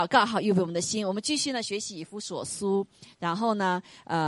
祷告好，预备我们的心。我们继续呢学习以弗所书，然后呢，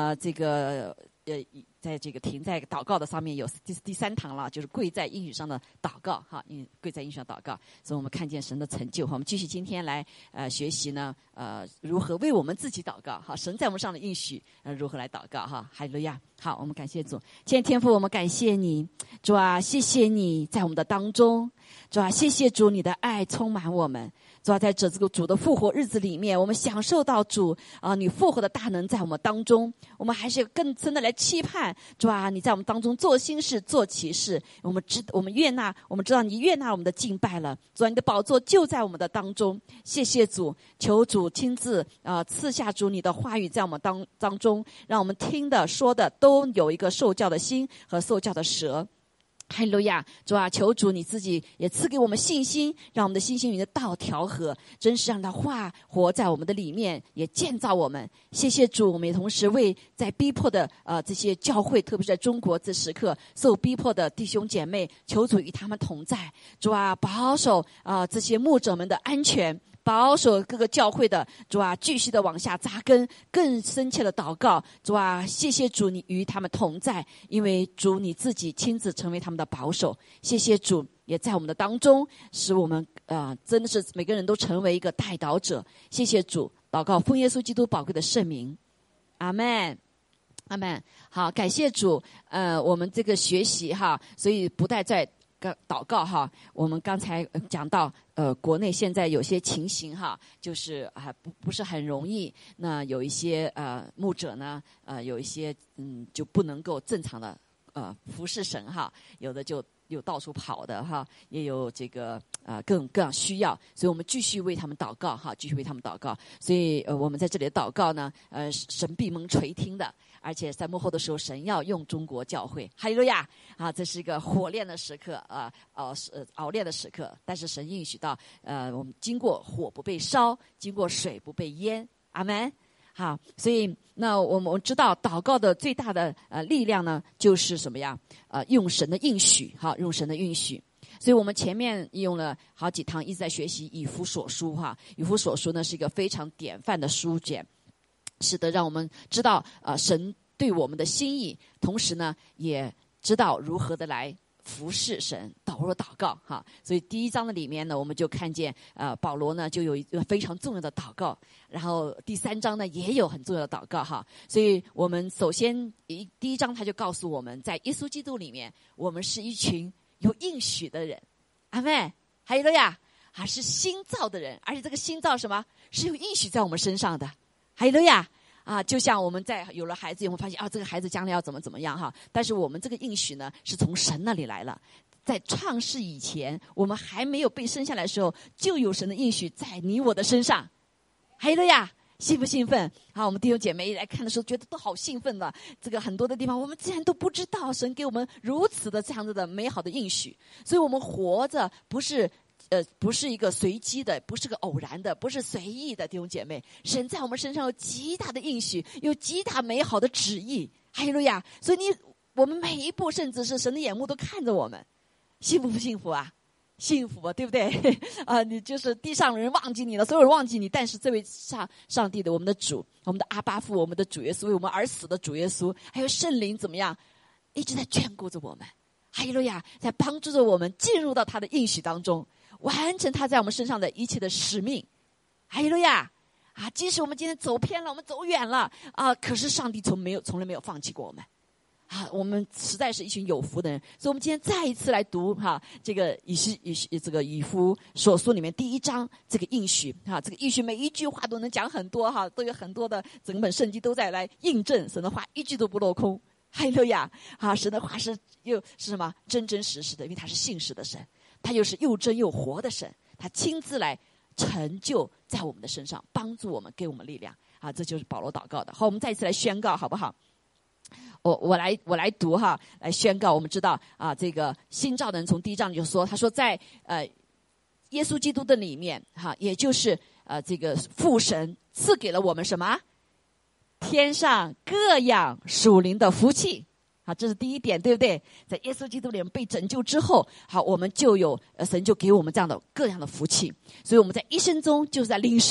在这个停在祷告的上面有第三堂了，就是跪在应许上的祷告哈，跪在应许上祷告，所以我们看见神的成就哈。我们继续今天来学习呢如何为我们自己祷告哈，神在我们上的应许如何来祷告哈。哈利路亚！好，我们感谢主，亲爱的天父，我们感谢你，主啊，谢谢你在我们的当中，主啊，谢谢主，你的爱充满我们。主要在这个主的复活日子里面，我们享受到主你复活的大能在我们当中，我们还是更深的来期盼主啊，你在我们当中做新事做奇事，我们悦纳，我们知道你悦纳我们的敬拜了，主啊，你的宝座就在我们的当中，谢谢主，求主亲自赐下主你的话语在我们当中，让我们听的说的都有一个受教的心和受教的舌。哈利路亚！主啊，求主你自己也赐给我们信心，让我们的心与你的道调和，真是让他话活在我们的里面，也建造我们。谢谢主，我们也同时为在逼迫的这些教会，特别是在中国这时刻受逼迫的弟兄姐妹，求主与他们同在。主啊，保守这些牧者们的安全，保守各个教会的主啊，继续的往下扎根，更深切的祷告。主啊，谢谢主，你与他们同在，因为主你自己亲自成为他们的保守。谢谢主，也在我们的当中，使我们真的是每个人都成为一个代祷者。谢谢主，祷告奉耶稣基督宝贵的圣名，阿们。阿们。好，感谢主。我们这个学习哈，所以不但在祷告哈，我们刚才讲到国内现在有些情形哈，就是不是很容易。那有一些牧者呢，有一些就不能够正常的服侍神哈，有的就有到处跑的哈，也有这个各样需要，所以我们继续为他们祷告哈，继续为他们祷告。所以我们在这里的祷告呢，神必蒙垂听的。而且在末后的时候，神要用中国教会，哈利路亚啊！这是一个火炼的时刻熬炼的时刻。但是神应许到，我们经过火不被烧，经过水不被淹，阿们。好，所以那我们知道祷告的最大的力量呢，就是什么呀？用神的应许，好，用神的应许。所以我们前面用了好几堂一直在学习以弗所书哈，以弗所书呢是一个非常典范的书卷。使得让我们知道神对我们的心意，同时呢也知道如何的来服侍神，祷告哈。所以第一章的里面呢，我们就看见保罗呢就有一个非常重要的祷告，然后第三章呢也有很重要的祷告哈。所以我们首先第一章他就告诉我们，在耶稣基督里面，我们是一群有应许的人，阿们，哈利路亚啊，是新造的人，而且这个新造什么是有应许在我们身上的。哈利路亚啊！就像我们在有了孩子以后发现这个孩子将来要怎么样哈，但是我们这个应许呢是从神那里来了。在创世以前，我们还没有被生下来的时候，就有神的应许在你我的身上。哈利路亚，兴不兴奋？好，我们弟兄姐妹来看的时候，觉得都好兴奋的。这个很多的地方，我们竟然都不知道神给我们如此的这样子的美好的应许，所以我们活着不是一个随机的，不是个偶然的，不是随意的，弟兄姐妹，神在我们身上有极大的应许，有极大美好的旨意，哈利路亚！所以我们每一步，甚至是神的眼目都看着我们，幸福不幸福啊？幸福啊，对不对？你就是地上人忘记你了，所有人忘记你，但是这位上帝的我们的主，我们的阿爸父，我们的主耶稣，为我们而死的主耶稣，还有圣灵怎么样，一直在眷顾着我们，哈利路亚，在帮助着我们进入到他的应许当中。完成他在我们身上的一切的使命，哈利路亚啊！即使我们今天走偏了，我们走远了可是上帝从来没有放弃过我们啊！我们实在是一群有福的人，所以我们今天再一次来读这个以弗所书里面第一章这个应许这个应许每一句话都能讲很多都有很多的整本圣经都在来印证神的话，一句都不落空，哈利路亚啊！神的话又是什么？真真实实的，因为他是信实的神。他又是又真又活的神，他亲自来成就在我们的身上，帮助我们，给我们力量这就是保罗祷告的。好，我们再一次来宣告好不好？我来读来宣告。我们知道这个新造的人从第一章就说，他说在耶稣基督的里面也就是这个父神赐给了我们什么？天上各样属灵的福气。好，这是第一点，对不对？在耶稣基督里面被拯救之后，好，我们就有神就给我们这样的各样的福气，所以我们在一生中就是在领受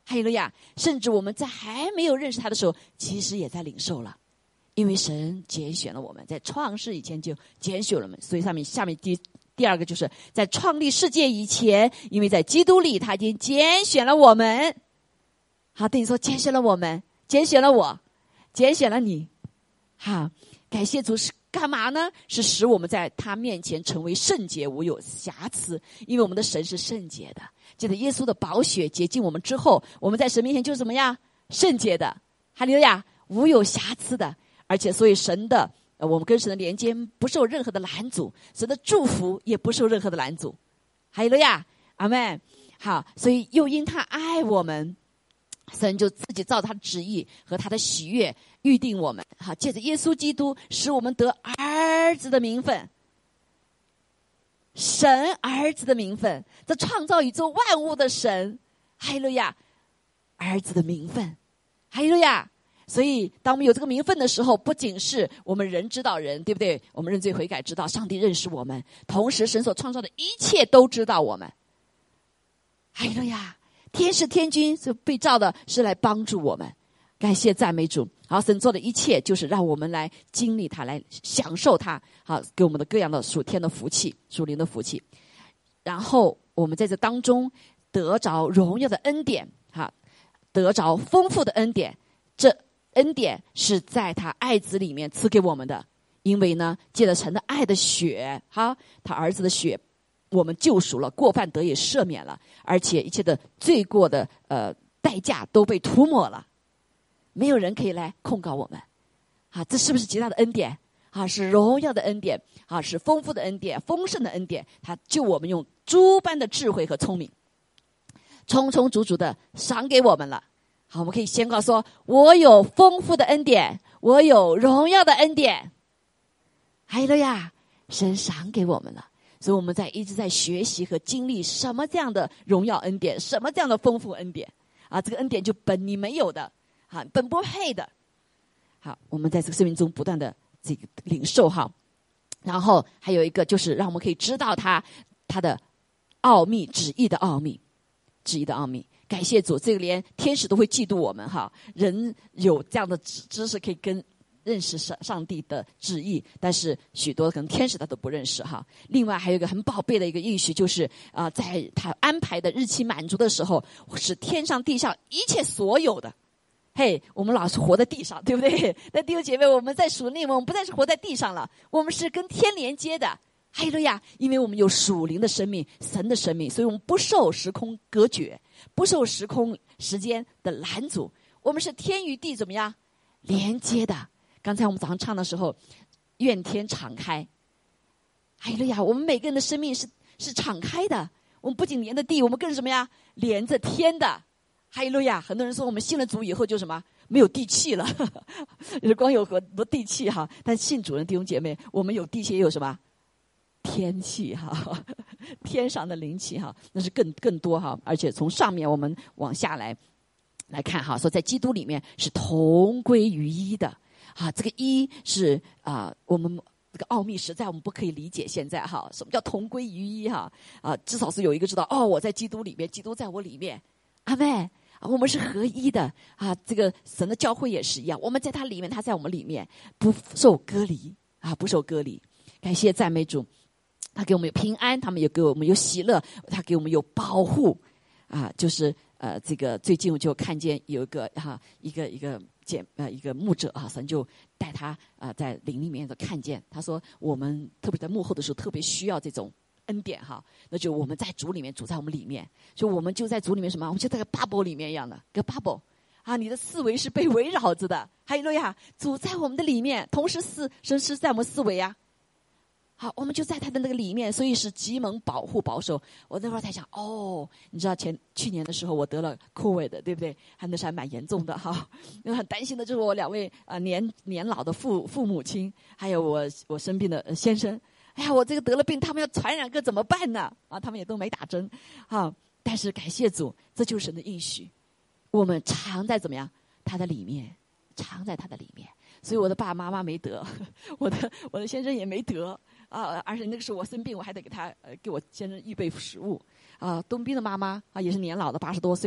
哈利路亚！甚至我们在还没有认识他的时候，其实也在领受了，因为神拣选了我们，在创世以前就拣选了我们。所以下面第二个就是在创立世界以前，因为在基督里他已经拣选了我们。好，对你说拣选了我们，拣选了我，拣选了你。好，感谢主是干嘛呢？是使我们在他面前成为圣洁，无有瑕疵，因为我们的神是圣洁的。借着耶稣的宝血洁净我们之后，我们在神面前就是怎么样？圣洁的，哈利路亚，无有瑕疵的。而且所以神的我们跟神的连接不受任何的拦阻，神的祝福也不受任何的拦阻，哈利路亚，阿们。好，所以又因他爱我们，神就自己照他的旨意和他的喜悦预定我们。好，借着耶稣基督使我们得儿子的名分，神儿子的名分，这创造宇宙万物的神，哈利路亚，儿子的名分，哈利路亚。所以当我们有这个名分的时候，不仅是我们人知道人，对不对？我们认罪悔改知道上帝认识我们，同时神所创造的一切都知道我们，哈利路亚。天使天军所被造的是来帮助我们，感谢赞美主。好，神做的一切就是让我们来经历他，来享受他，好，给我们的各样的属天的福气，属灵的福气。然后我们在这当中得着荣耀的恩典，好，得着丰富的恩典。这恩典是在他爱子里面赐给我们的，因为呢，借着神的爱的血，好，他儿子的血，我们救赎了，过犯得以赦免了，而且一切的罪过的代价都被涂抹了，没有人可以来控告我们。啊，这是不是极大的恩典？啊，是荣耀的恩典，啊，是丰富的恩典，丰盛的恩典。他救我们用诸般的智慧和聪明，充充足足的赏给我们了。好，我们可以宣告说：我有丰富的恩典，我有荣耀的恩典。哈利路亚，神赏给我们了。所以我们一直在学习和经历什么这样的荣耀恩典，什么这样的丰富恩典啊！这个恩典就本你没有的，啊，本不配的。好，我们在这个生命中不断的这个领受哈。然后还有一个就是让我们可以知道他的奥秘，旨意的奥秘，旨意的奥秘。感谢主，这个连天使都会嫉妒我们哈。人有这样的知识可以认识上帝的旨意，但是许多可能天使他都不认识哈。另外还有一个很宝贝的一个应许，就是在他安排的日期满足的时候，使天上地上一切所有的，嘿，我们老是活在地上，对不对？那弟兄姐妹，我们在属灵，我们不再是活在地上了，我们是跟天连接的。哈利路亚！因为我们有属灵的生命，神的生命，所以我们不受时空隔绝，不受时空时间的拦阻，我们是天与地怎么样连接的。刚才我们早上唱的时候，愿天敞开。哈利路亚！我们每个人的生命是敞开的，我们不仅连着地，我们更是什么呀？连着天的。哈利路亚！很多人说我们信了主以后就什么没有地气了，就是光有很多地气哈。但信主的弟兄姐妹，我们有地气也有什么？天气哈，天上的灵气哈，那是更多哈。而且从上面我们往下来看哈，说在基督里面是同归于一的啊。这个一是我们这个奥秘实在我们不可以理解。现在哈，什么叫同归于一哈？至少是有一个知道哦，我在基督里面，基督在我里面，阿们。我们是合一的啊。这个神的教会也是一样，我们在他里面，他在我们里面，不受隔离啊，不受隔离。感谢赞美主。他给我们有平安，他们也给我们有喜乐，他给我们有保护啊。就是这个最近我就看见有一个一个牧者啊，神就带他在灵里面的看见，他说我们特别在幕后的时候特别需要这种恩典哈。那就我们在主里面，主在我们里面，就我们就在主里面什么？我们就在个 bubble 里面一样的个 bubble 啊，你的思维是被围绕着的。哈利路亚，主在我们的里面，同时神是在我们思维啊。好，我们就在他的那个里面，所以是极蒙保护保守。我那会儿才想，哦，你知道去年的时候我得了 COVID， 对不对？那是还蛮严重的哈。很担心的就是我2位年老的父母亲，还有我生病的先生。哎呀，我这个得了病，他们要传染个怎么办呢？啊，他们也都没打针，啊，但是感谢主，这就是神的应许。我们常在怎么样？他的里面，常在他的里面。所以我的爸爸妈妈没得，我的先生也没得。而且那个时候我生病，我还得给我先生预备食物。东斌的妈妈也是年老的，80多岁了，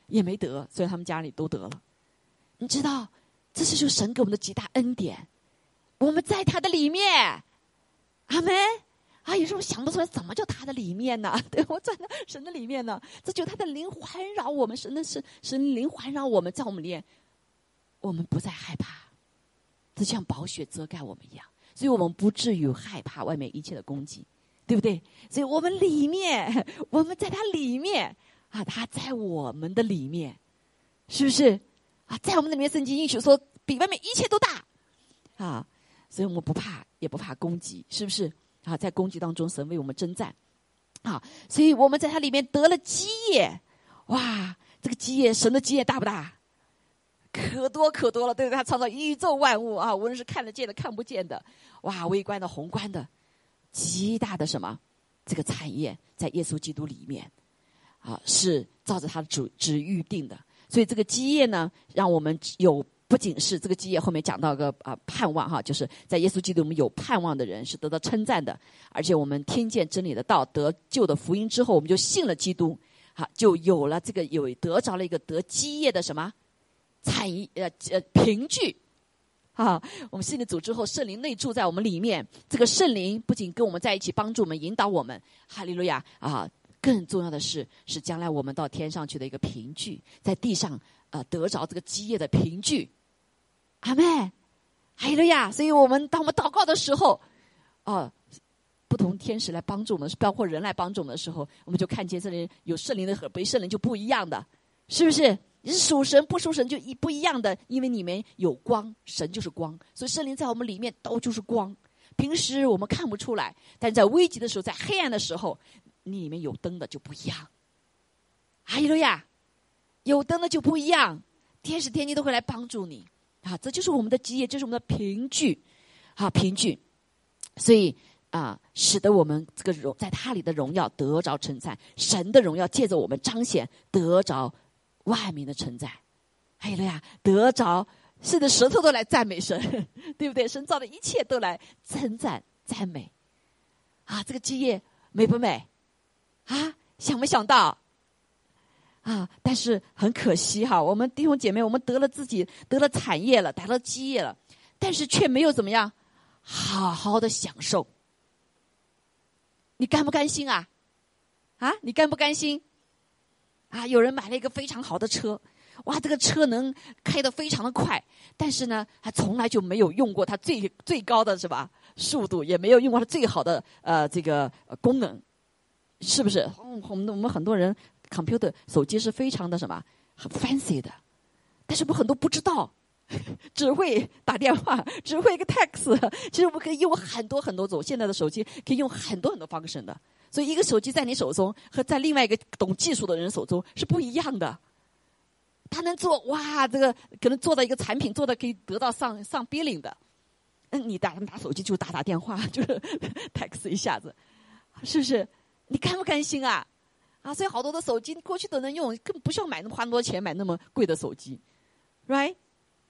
也没得，虽然他们家里都得了。你知道，这是就神给我们的极大恩典。我们在他的里面，阿们。有时候想不出来，怎么就他的里面呢？对，我站在神的里面呢，这就他的灵环绕我们，神灵环绕我们，在我们里面，我们不再害怕，这就像宝血遮盖我们一样，所以我们不至于害怕外面一切的攻击，对不对？所以我们里面，我们在他里面他在我们的里面，是不是在我们的里面，圣经应许说比外面一切都大所以我们不怕，也不怕攻击，是不是？在攻击当中，神为我们征战所以我们在他里面得了基业。哇，这个基业，神的基业大不大？可多可多了，对不对？他创造宇宙万物无论是看得见的、看不见的，微观的、宏观的，极大的什么？这个产业在耶稣基督里面是照着他的旨预定的。所以这个基业呢，让我们不仅是这个基业，后面讲到个盼望就是在耶稣基督我们有盼望的人是得到称赞的，而且我们听见真理的道，得救的福音之后，我们就信了基督就有了这个得着了一个得基业的什么产业凭据我们信了主之后，圣灵内住在我们里面，这个圣灵不仅跟我们在一起，帮助我们引导我们，哈利路亚更重要的是将来我们到天上去的一个凭据，在地上得着这个基业的凭据。阿们，哈利路亚。所以当我们祷告的时候不同天使来帮助我们，包括人来帮助我们的时候，我们就看见这里有圣灵的和非圣灵就不一样的，是不是？你是属神不属神就不一样的，因为里面有光，神就是光，所以圣灵在我们里面都就是光。平时我们看不出来，但在危急的时候，在黑暗的时候，你里面有灯的就不一样。哈利路亚，有灯的就不一样，天使天机都会来帮助你这就是我们的基业，这是我们的凭据凭据。所以使得我们这个在他里的荣耀得着称赞，神的荣耀借着我们彰显，得着万民的称赞。哈利路亚，得着是的，舌头都来赞美神，对不对？神造的一切都来称赞赞美这个基业美不美想没想到但是很可惜我们弟兄姐妹，我们得了产业了，得了基业了，但是却没有怎么样好好的享受。你甘不甘心你甘不甘心有人买了一个非常好的车，这个车能开得非常的快，但是呢他从来就没有用过它最高的是吧速度，也没有用过它最好的这个功能，是不是？我们很多人 computer 手机是非常的什么很 fancy 的，但是我们很多不知道，只会打电话，只会一个 text。 其实我们可以用很多很多种，现在的手机可以用很多很多function的，所以一个手机在你手中和在另外一个懂技术的人手中是不一样的。他能做这个可能做到一个产品，做的可以得到上 billing 的，你拿手机就打电话，就是 text 一下子，是不是？你甘不甘心所以好多的手机过去都能用，根本不需要花那么多钱买那么贵的手机 ，right？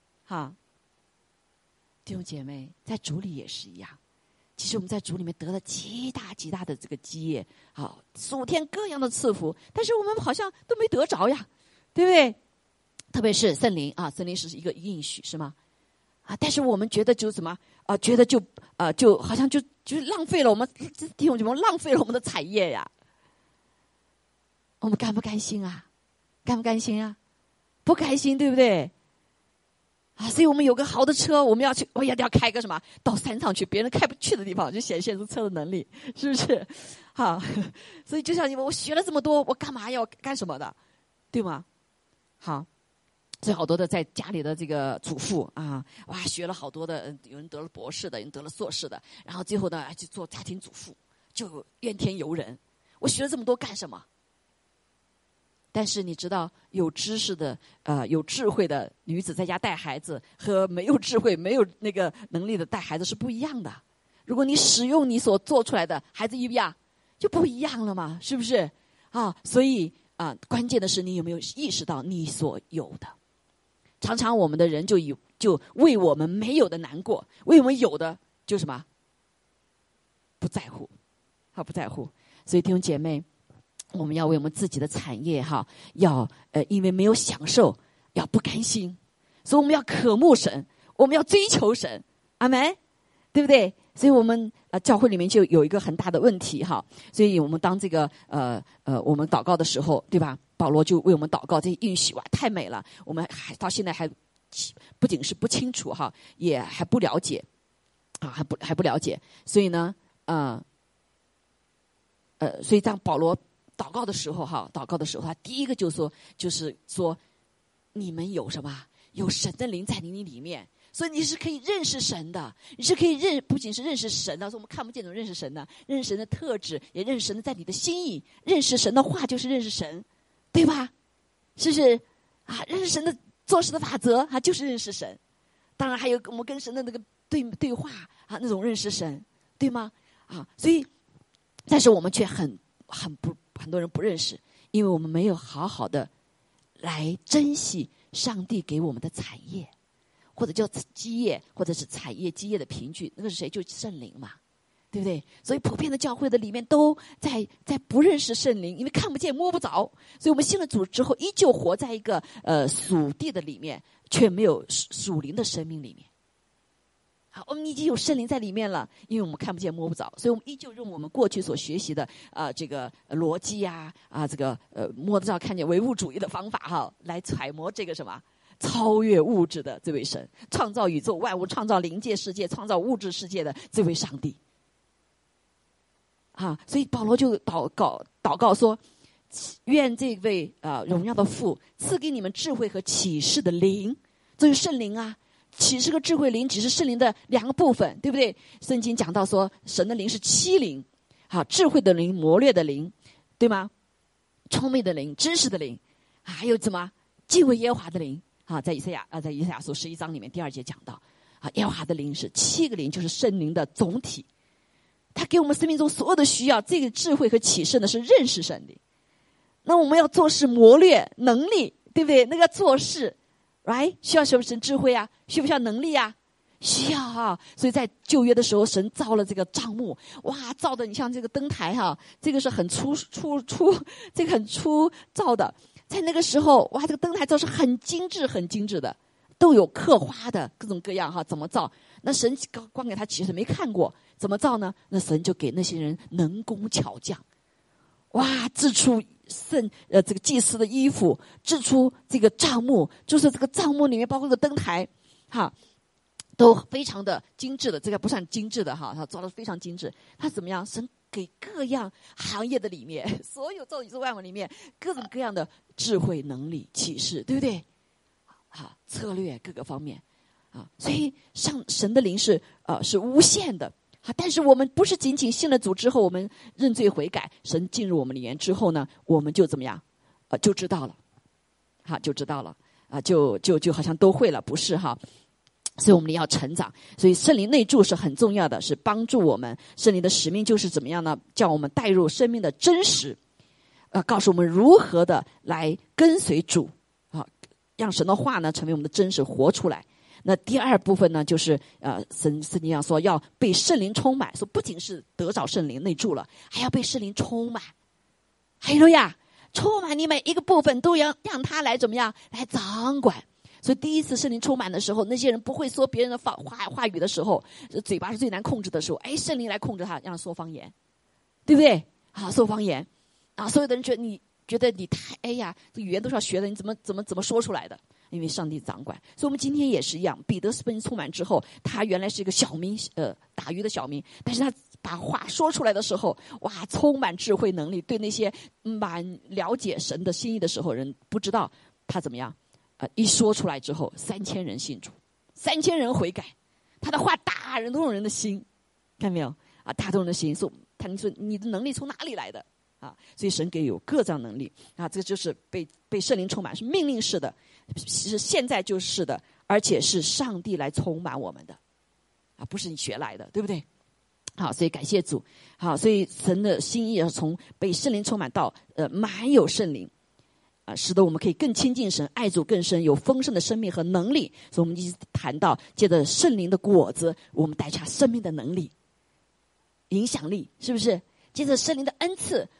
弟兄姐妹，在主里也是一样。其实我们在主里面得了极大极大的这个基业属天各样的赐福，但是我们好像都没得着呀，对不对？特别是圣灵圣灵是一个应许，是吗？但是我们觉得就什么觉得就好像就是浪费了我们弟兄姐妹，浪费了我们的产业呀。我们甘不甘心甘不甘心不甘心，对不对？所以我们有个好的车，我们要去，要开个什么到山上去，别人开不去的地方，就显现出车的能力，是不是？所以就像我学了这么多，我干嘛要干什么的，对吗？所以好多的在家里的这个主妇学了好多的，有人得了博士的，有人得了硕士的，然后最后呢去做家庭主妇，就怨天尤人，我学了这么多干什么？但是你知道，有知识的有智慧的女子在家带孩子和没有智慧没有那个能力的带孩子是不一样的。如果你使用你所做出来的，孩子一样就不一样了嘛，是不是所以关键的是你有没有意识到你所有的。常常我们的人就为我们没有的难过，为我们有的就什么不在乎不在乎。所以弟兄姐妹， 我们要为我们自己的产业要因为没有享受，要不甘心，所以我们要渴慕神，我们要追求神，阿们，对不对？所以我们教会里面就有一个很大的问题所以我们当这个我们祷告的时候，对吧？保罗就为我们祷告，这些应许太美了，我们到现在还不仅是不清楚也还不了解还不了解，所以呢所以当保罗祷告的时候他第一个就是说你们有什么？有神的灵在你里面，所以你是可以认识神的，你是可以不仅是认识神的，所以我们看不见怎么认识神呢？认识神的特质，也认识神的在你的心意，认识神的话就是认识神，对吧？是不是认识神的做事的法则就是认识神。当然还有我们跟神的那个对话那种认识神，对吗？所以但是我们却很多人不认识，因为我们没有好好的来珍惜上帝给我们的产业，或者叫基业，或者是产业基业的凭据，那个是谁？就圣灵嘛，对不对？所以普遍的教会的里面都在不认识圣灵，因为看不见摸不着，所以我们信了主之后依旧活在一个属地的里面，却没有属灵的生命里面。我们已经有圣灵在里面了，因为我们看不见摸不着，所以我们依旧用我们过去所学习的这个逻辑这个摸得着看见唯物主义的方法来揣摩这个什么超越物质的这位神，创造宇宙万物，创造灵界世界，创造物质世界的这位上帝所以保罗就祷告说，愿这位荣耀的父赐给你们智慧和启示的灵，这是圣灵启示和智慧灵只是圣灵的两个部分，对不对？圣经讲到说神的灵是七灵智慧的灵，谋略的灵，对吗？聪明的灵，知识的灵，还有什么敬畏耶和华的灵在以赛亚书11章里面第2节讲到耶和华的灵是7个灵，就是圣灵的总体，他给我们生命中所有的需要。这个智慧和启示呢是认识神灵，那我们要做事谋略能力，对不对？那个做事right 需要什么？神智慧需不需要能力需要所以在旧约的时候，神造了这个帐幕，造的你像这个灯台这个是很这个很粗造的。在那个时候这个灯台造是很精致的，都有刻花的各种各样怎么造？那神光给他启示没看过，怎么造呢？那神就给那些人能工巧匠，制出这个祭司的衣服，制出这个帐幕，就是这个帐幕里面包括这个灯台都非常的精致的。这个不算精致的他做的非常精致。他怎么样？神给各样行业的里面，所有造宇宙万物里面各种各样的智慧能力启示，对不对？策略各个方面所以神的灵是无限的但是我们不是仅仅信了主之后，我们认罪悔改，神进入我们里面之后呢，我们就怎么样就知道了就知道了就好像都会了，不是所以我们要成长。所以圣灵内住是很重要的，是帮助我们。圣灵的使命就是怎么样呢？叫我们带入生命的真实告诉我们如何的来跟随主让神的话呢成为我们的真实活出来。那第二部分呢，就是圣经上说要被圣灵充满，说不仅是得着圣灵内住了，还要被圣灵充满。哈利路亚！充满你每一个部分，都要让他来怎么样来掌管。所以第一次圣灵充满的时候，那些人不会说别人的话语的时候，嘴巴是最难控制的时候，圣灵来控制他，让他说方言，对不对？说方言所有的人觉得你太这语言都是要学的，你怎么说出来的？因为上帝掌管。所以我们今天也是一样，彼得被充满之后，他原来是一个小民打鱼的小民，但是他把话说出来的时候，充满智慧能力，对那些蛮了解神的心意的时候，人不知道他怎么样一说出来之后，3000人信主，3000人悔改，他的话打动人的心，看到没有打动人的心。说你说你的能力从哪里来的所以神给有各样能力这就是被圣灵充满，是命令式的，是现在就是的，而且是上帝来充满我们的不是你学来的，对不对？所以感谢主所以神的心意是从被圣灵充满到满有圣灵使得我们可以更亲近神，爱主更深，有丰盛的生命和能力。所以我们一直谈到借着圣灵的果子，我们带下生命的能力影响力，是不是？接着圣灵的恩赐，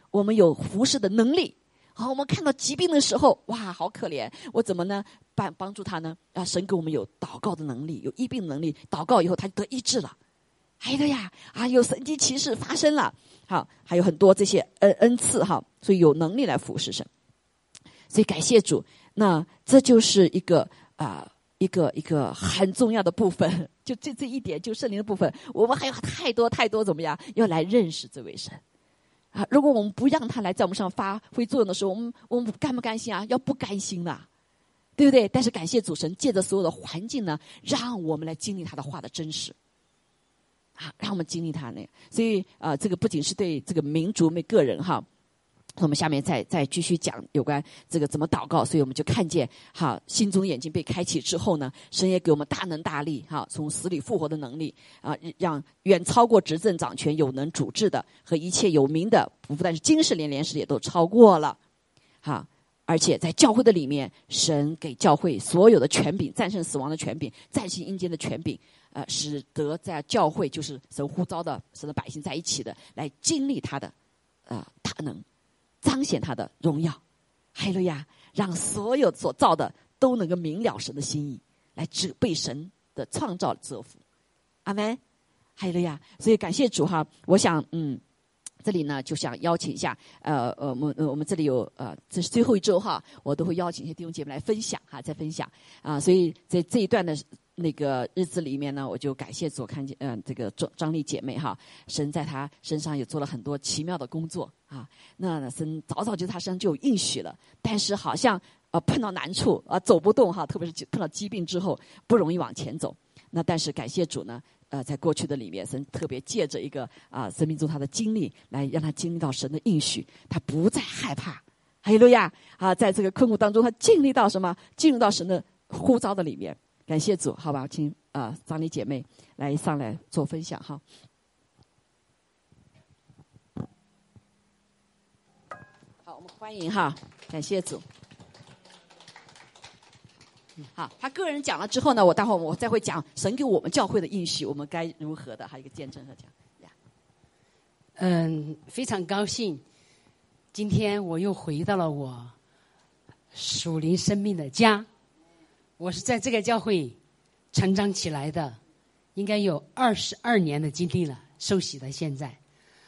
我们有服侍的能力。好，我们看到疾病的时候，哇，好可怜，我怎么呢帮助他呢？神给我们有祷告的能力，有医病的能力，祷告以后他就得医治了。还有呀，有神迹奇事发生了。好，还有很多这些恩赐哈，所以有能力来服侍神。所以感谢主，那这就是一个很重要的部分，就这一点，就圣灵的部分，我们还有太多怎么样，要来认识这位神。如果我们不让他来在我们上发挥作用的时候，我们甘不甘心啊？要不甘心的，对不对？但是感谢主神借着所有的环境呢，让我们来经历他的话的真实，让我们经历他那个。所以这个不仅是对这个民族每个人哈。我们下面再继续讲有关这个怎么祷告，所以我们就看见心中的眼睛被开启之后呢，神也给我们大能大力从死里复活的能力让远超过执政掌权有能主治的和一切有名的，不但是今世连世也都超过了而且在教会的里面，神给教会所有的权柄，战胜死亡的权柄，战胜阴间的权柄，使得在教会就是神呼召的神的百姓在一起的，来经历他的大能，彰显他的荣耀。哈利路亚，让所有所造的都能够明了神的心意，来被神的创造折服。阿们，哈利路亚。所以感谢主哈，我想这里呢就想邀请一下我们这里有这是最后一周哈，我都会邀请一些弟兄姐妹来分享再分享所以在这一段的那个日子里面呢，我就感谢主，看见这个张丽姐妹神在她身上也做了很多奇妙的工作那神早就她身上就有应许了，但是好像碰到难处走不动特别是碰到疾病之后不容易往前走。那但是感谢主呢，在过去的里面，神特别借着一个生命中他的经历，来让他经历到神的应许，他不再害怕。哈利路亚在这个困苦当中，他经历到什么？进入到神的呼召的里面。感谢主，好吧，请张丽姐妹来上来做分享哈。好，我们欢迎感谢主。好，他个人讲了之后呢，待会我再会讲神给我们教会的应许，我们该如何的，还有一个见证和讲。 非常高兴，今天我又回到了我属灵生命的家。我是在这个教会成长起来的，应该有22年的经历了，受洗到现在。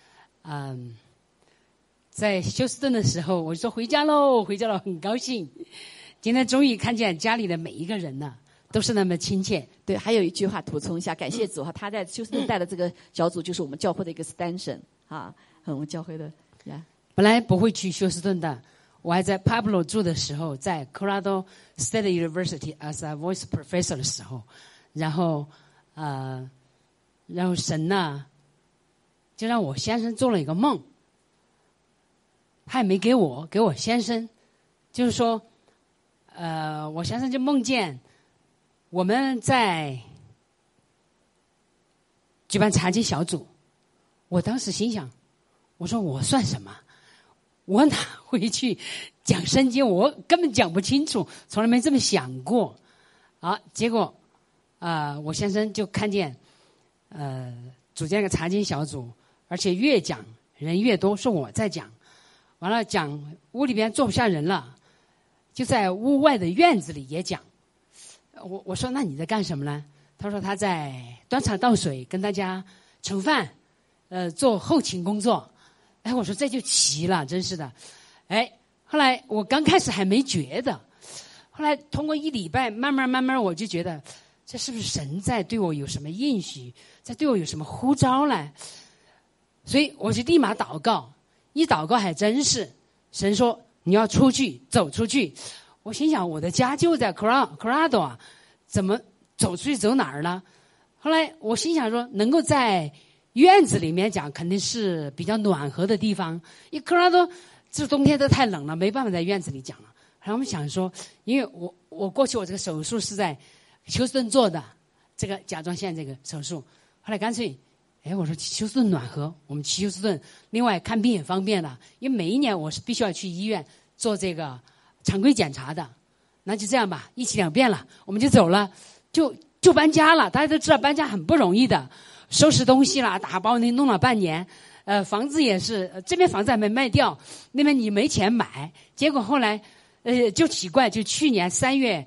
在休斯顿的时候，我就说回家喽，很高兴。今天终于看见家里的每一个人呢，都是那么亲切。 对，还有一句话补充一下，感谢主他在休斯顿带的这个小组就是我们教会的一个 extension 我们教会的本来不会去休斯顿的，我还在 Pablo 住的时候，在 Colorado State University as a voice professor 的时候，然后神呢就让我先生做了一个梦，他也没给我先生，就是说我先生就梦见我们在举办查经小组。我当时心想，我说我算什么？我哪回去讲圣经？我根本讲不清楚，从来没这么想过。结果我先生就看见组建一个查经小组，而且越讲人越多，是我在讲。完了讲屋里边坐不下人了，就在屋外的院子里也讲。我说那你在干什么呢？他说他在端茶倒水，跟大家盛饭，做后勤工作。我说这就奇了，真是的。后来我刚开始还没觉得，后来通过1礼拜，慢慢我就觉得，这是不是神在对我有什么应许，在对我有什么呼召呢？所以我就立马祷告，一祷告还真是，神说你要出去，走出去。我心想我的家就在 Colorado 怎么走出去走哪儿呢？后来我心想说，能够在院子里面讲肯定是比较暖和的地方，因为 Colorado 这冬天都太冷了，没办法在院子里讲了。后来我们想说，因为我过去我这个手术是在休斯顿做的，这个甲状腺这个手术，后来干脆我说休斯顿暖和，我们去休斯顿，另外看病也方便了，因为每一年我是必须要去医院做这个常规检查的。那就这样吧，一起2遍了，我们就走了，就搬家了。大家都知道搬家很不容易的，收拾东西啦，打包弄了半年， 房子也是，这边房子还没卖掉，那边你没钱买。结果后来，就奇怪，就去年3月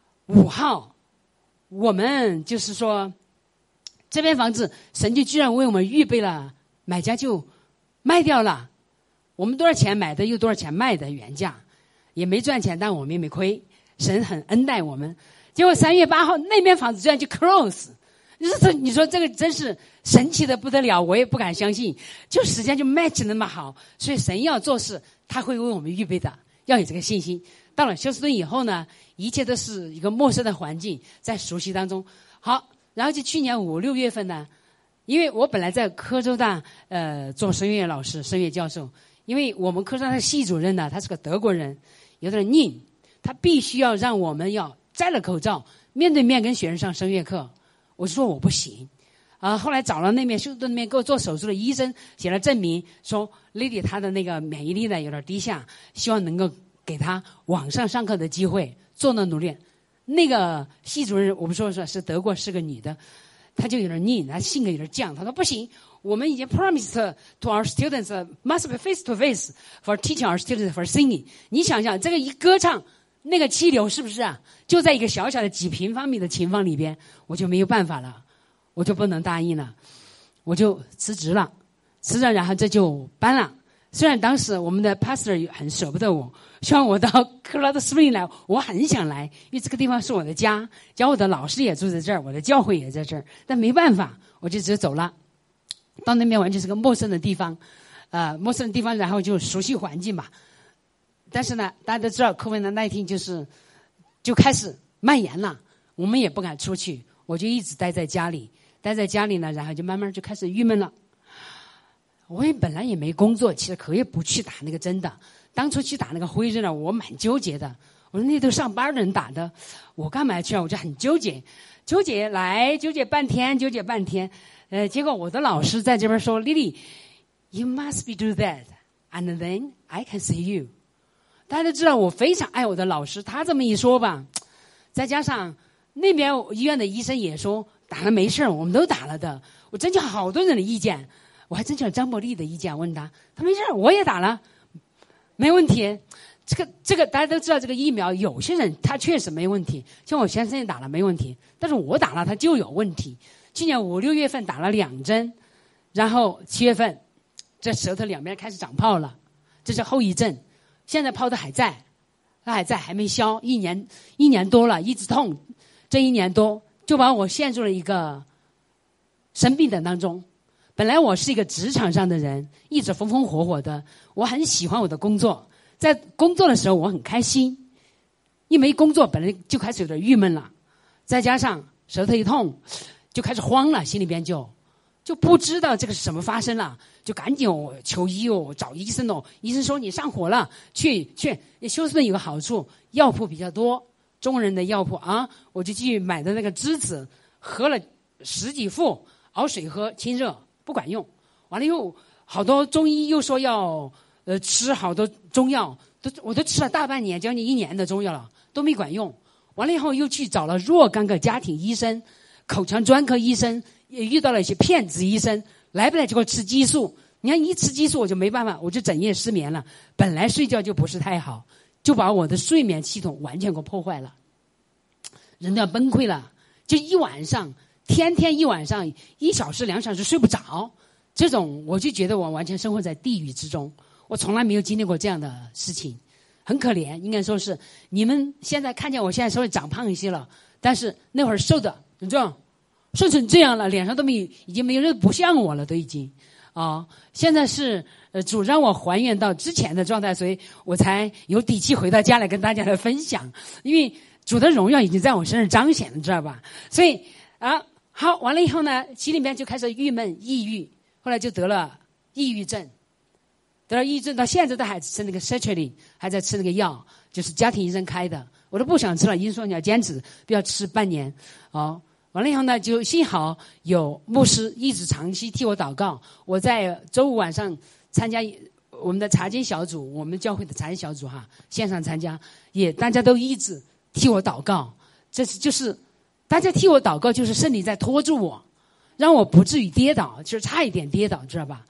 5号，我们就是说，这边房子神就居然为我们预备了，买家就卖掉了。我们多少钱买的，又多少钱卖的，原价也没赚钱，但我们也没亏。神很恩待我们。结果3月8号那边房子居然就 close。你说这个真是神奇的不得了，我也不敢相信，就时间就 match 那么好，所以神要做事他会为我们预备的，要有这个信心。到了休斯顿以后呢，一切都是一个陌生的环境，在熟悉当中。好，然后就去年5、6月份呢，因为我本来在科州大做声乐老师、声乐教授，因为我们科州大的系主任呢，他是个德国人，有点拧，他必须要让我们要摘了口罩，面对面跟学生上声乐课。我说我不行，后来找了那边休斯顿那边给我做手术的医生写了证明，说 Lily 她的那个免疫力呢有点低下，希望能够给她网上上课的机会，做了努力。那个系主任我们说是德国，是个女的，她就有点拧，她性格有点犟，她说不行，我们已经 promised to our students must be face to face for teaching our students for singing。你想想这个一歌唱。那个气流是不是啊？就在一个小小的几平方米的琴房里边，我就没有办法了，我就不能答应了，我就辞职了，然后这就搬了。虽然当时我们的 pastor 很舍不得我，希望我到 Colorado Springs 来，我很想来，因为这个地方是我的家，教我的老师也住在这儿，我的教会也在这儿，但没办法，我就直接走了。到那边完全是个陌生的地方，陌生的地方，然后就熟悉环境吧。但是呢，大家都知道 COVID-19 就开始蔓延了，我们也不敢出去，我就一直待在家里呢，然后就慢慢就开始郁闷了。我也本来也没工作，其实可以不去打那个针的。当初去打那个辉瑞呢，我蛮纠结的。我说那都上班的人打的，我干嘛去啊？我就很纠结半天。结果我的老师在这边说 ，Lily, you must be do that, and then I can see you。大家都知道我非常爱我的老师，他这么一说吧，再加上那边医院的医生也说打了没事，我们都打了的。我征求好多人的意见，我还征求张伯利的意见，问他没事，我也打了，没问题。这个大家都知道，这个疫苗有些人他确实没问题，像我先生也打了没问题，但是我打了他就有问题。去年5、6月份打了2针，然后7月份这舌头两边开始长泡了，这是后遗症。现在泡的还在，还没消，一年多了，一直痛，这1年多就把我陷入了一个生病的当中。本来我是一个职场上的人，一直风风火火的，我很喜欢我的工作，在工作的时候我很开心，一没工作本来就开始有点郁闷了，再加上舌头一痛，就开始慌了，心里边就不知道这个是什么发生了，就赶紧求医找医生医生说你上火了，去休斯顿有个好处，药铺比较多，中国人的药铺啊，我就去买的那个栀子，喝了10几副，熬水喝，清热不管用。完了又好多中医又说要吃好多中药，我都吃了大半年，将近1年的中药了，都没管用。完了以后又去找了若干个家庭医生、口腔专科医生，也遇到了一些骗子医生，来不来就给我吃激素。你看一吃激素我就没办法，我就整夜失眠了，本来睡觉就不是太好，就把我的睡眠系统完全给我破坏了，人都要崩溃了。就一晚上，天天一晚上1小时2小时睡不着，这种我就觉得我完全生活在地狱之中，我从来没有经历过这样的事情，很可怜。应该说是你们现在看见我现在稍微长胖一些了，但是那会儿瘦的你知道瘦成这样了，脸上都没有，已经没有人不像我了，都已经现在是主让我还原到之前的状态，所以我才有底气回到家来跟大家来分享，因为主的荣耀已经在我身上彰显了，知道吧？所以好，完了以后呢，心里面就开始郁闷抑郁，后来就得了抑郁症，到现在都还吃那个 sertraline， 还在吃那个药，就是家庭医生开的，我都不想吃了，医生说你要坚持，不要吃半年完了以后呢，就幸好有牧师一直长期替我祷告。我在周五晚上参加我们的查经小组，我们教会的查经小组线上参加，也大家都一直替我祷告。就是大家替我祷告，就是圣灵在拖住我，让我不至于跌倒，就是差一点跌倒，知道吧？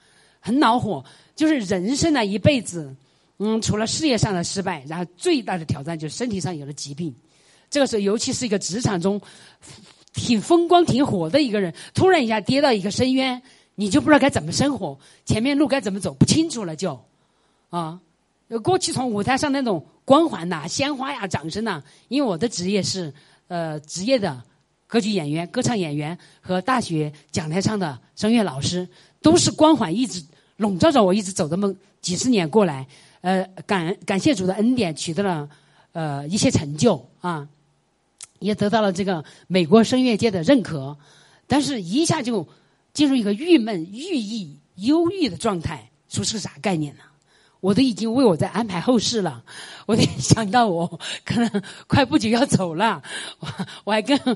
很恼火，就是人生的一辈子，除了事业上的失败，然后最大的挑战就是身体上有了疾病。这个时候，尤其是一个职场中挺风光、挺火的一个人，突然一下跌到一个深渊，你就不知道该怎么生活，前面路该怎么走，不清楚了就，过去从舞台上那种光环呐、鲜花呀、掌声呐，因为我的职业是职业的歌剧演员、歌唱演员和大学讲台上的声乐老师，都是光环一直笼罩着我，一直走这么几十年过来，感谢主的恩典，取得了一些成就啊，也得到了这个美国声乐界的认可，但是一下就进入一个郁闷、郁抑、忧郁的状态，说是个啥概念呢？我都已经为我在安排后事了，我得想到我可能快不久要走了，我还跟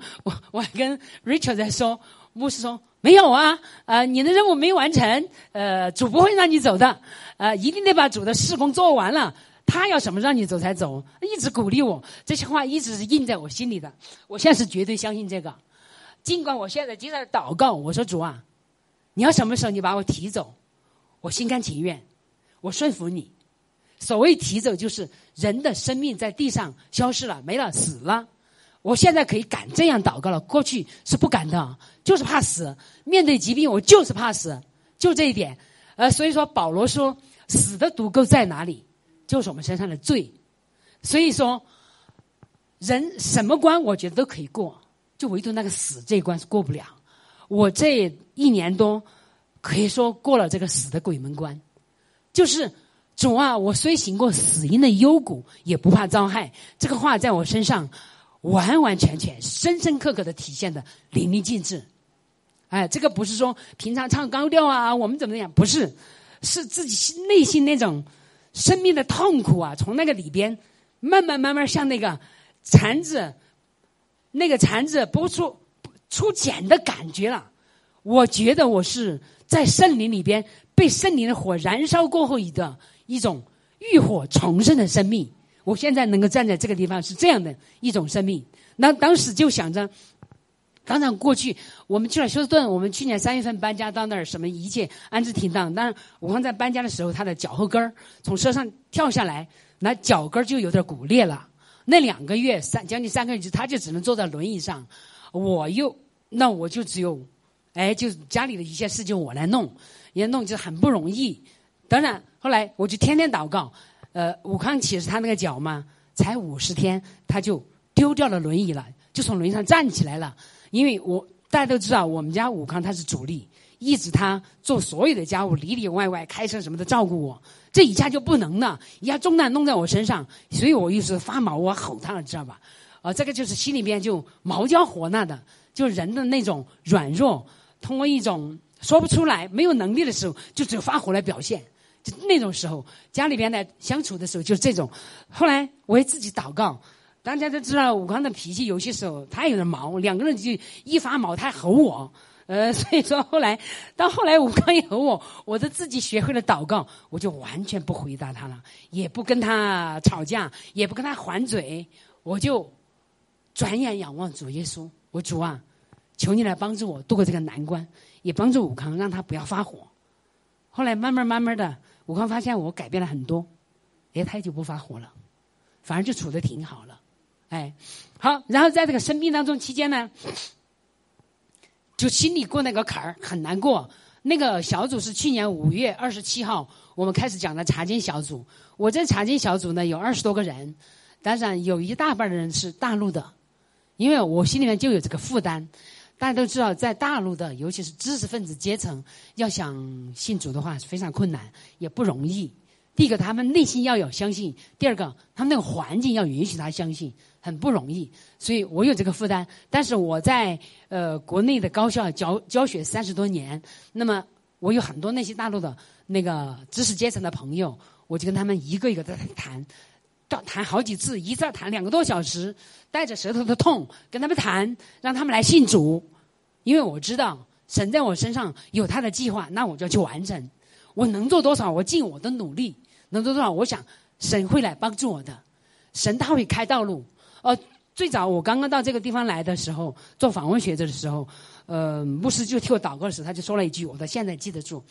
Rachel 在说，牧师说没有啊，你的任务没完成，主不会让你走的，一定得把主的事工做完了，他要什么让你走才走，一直鼓励我，这些话一直是印在我心里的，我现在是绝对相信这个，尽管我现在就在祷告，我说主啊，你要什么时候你把我提走，我心甘情愿。我顺服你，所谓提走就是人的生命在地上消失了，没了，死了。我现在可以敢这样祷告了，过去是不敢的，就是怕死。面对疾病，我就是怕死，就这一点。所以说保罗说，死的毒钩在哪里？就是我们身上的罪。所以说，人什么关我觉得都可以过，就唯独那个死这一关是过不了。我这1年多可以说过了这个死的鬼门关。就是主啊，我虽行过死荫的幽谷，也不怕遭害。这个话在我身上完完全全、深深刻刻的体现的淋漓尽致。这个不是说平常唱高调啊，我们怎么样？不是，是自己内心那种生命的痛苦啊，从那个里边慢慢像那个蚕子剥出茧的感觉了。我觉得我是在圣灵里边。被圣灵的火燃烧过后的一种浴火重生的生命，我现在能够站在这个地方是这样的一种生命。那当时就想着，当然过去我们去了休斯顿，我们去年3月份搬家到那儿，什么一切安置停当。当然，我刚在搬家的时候，他的脚后跟从车上跳下来，那脚跟就有点骨裂了。那2个月将近3个月，他就只能坐在轮椅上，我就只有，就家里的一些事就我来弄。也弄就很不容易，当然后来我就天天祷告，武康其实他那个脚嘛，才50天他就丢掉了轮椅了，就从轮椅上站起来了。因为大家都知道，我们家武康他是主力，一直他做所有的家务，里里外外开车什么的照顾我，这一下就不能了，一下重担弄在我身上，所以我一直发毛，我吼他了，知道吧？这个就是心里边就毛焦火辣的，就人的那种软弱，通过一种说不出来，没有能力的时候，就只有发火来表现。就那种时候，家里边呢相处的时候就是这种。后来我也自己祷告，大家都知道武康的脾气，有些时候他有点毛，2个人就一发毛，他还吼我。所以说到后来武康也吼我，我都自己学会了祷告，我就完全不回答他了，也不跟他吵架，也不跟他还嘴，我就转眼仰望主耶稣，我主啊，求你来帮助我度过这个难关。也帮助武康让他不要发火。后来慢慢的，武康发现我改变了很多，他也就不发火了，反而就处得挺好了。好，然后在这个生病当中期间呢，就心里过那个坎儿很难过。那个小组是去年5月27号我们开始讲的查经小组。我这查经小组呢有20多个人，当然有一大半的人是大陆的，因为我心里面就有这个负担。大家都知道，在大陆的，尤其是知识分子阶层，要想信主的话是非常困难，也不容易。第一个，他们内心要有相信；第二个，他们那个环境要允许他相信，很不容易。所以我有这个负担。但是我在国内的高校教学30多年，那么我有很多那些大陆的那个知识阶层的朋友，我就跟他们一个一个的谈好几次，一次谈2个多小时，带着舌头的痛跟他们谈，让他们来信主。因为我知道神在我身上有他的计划，那我就要去完成。我能做多少，我尽我的努力，能做多少，我想神会来帮助我的，神他会开道路。最早我刚刚到这个地方来的时候，做访问学者的时候，牧师就替我祷告的时候，他就说了一句，我到现在记得住。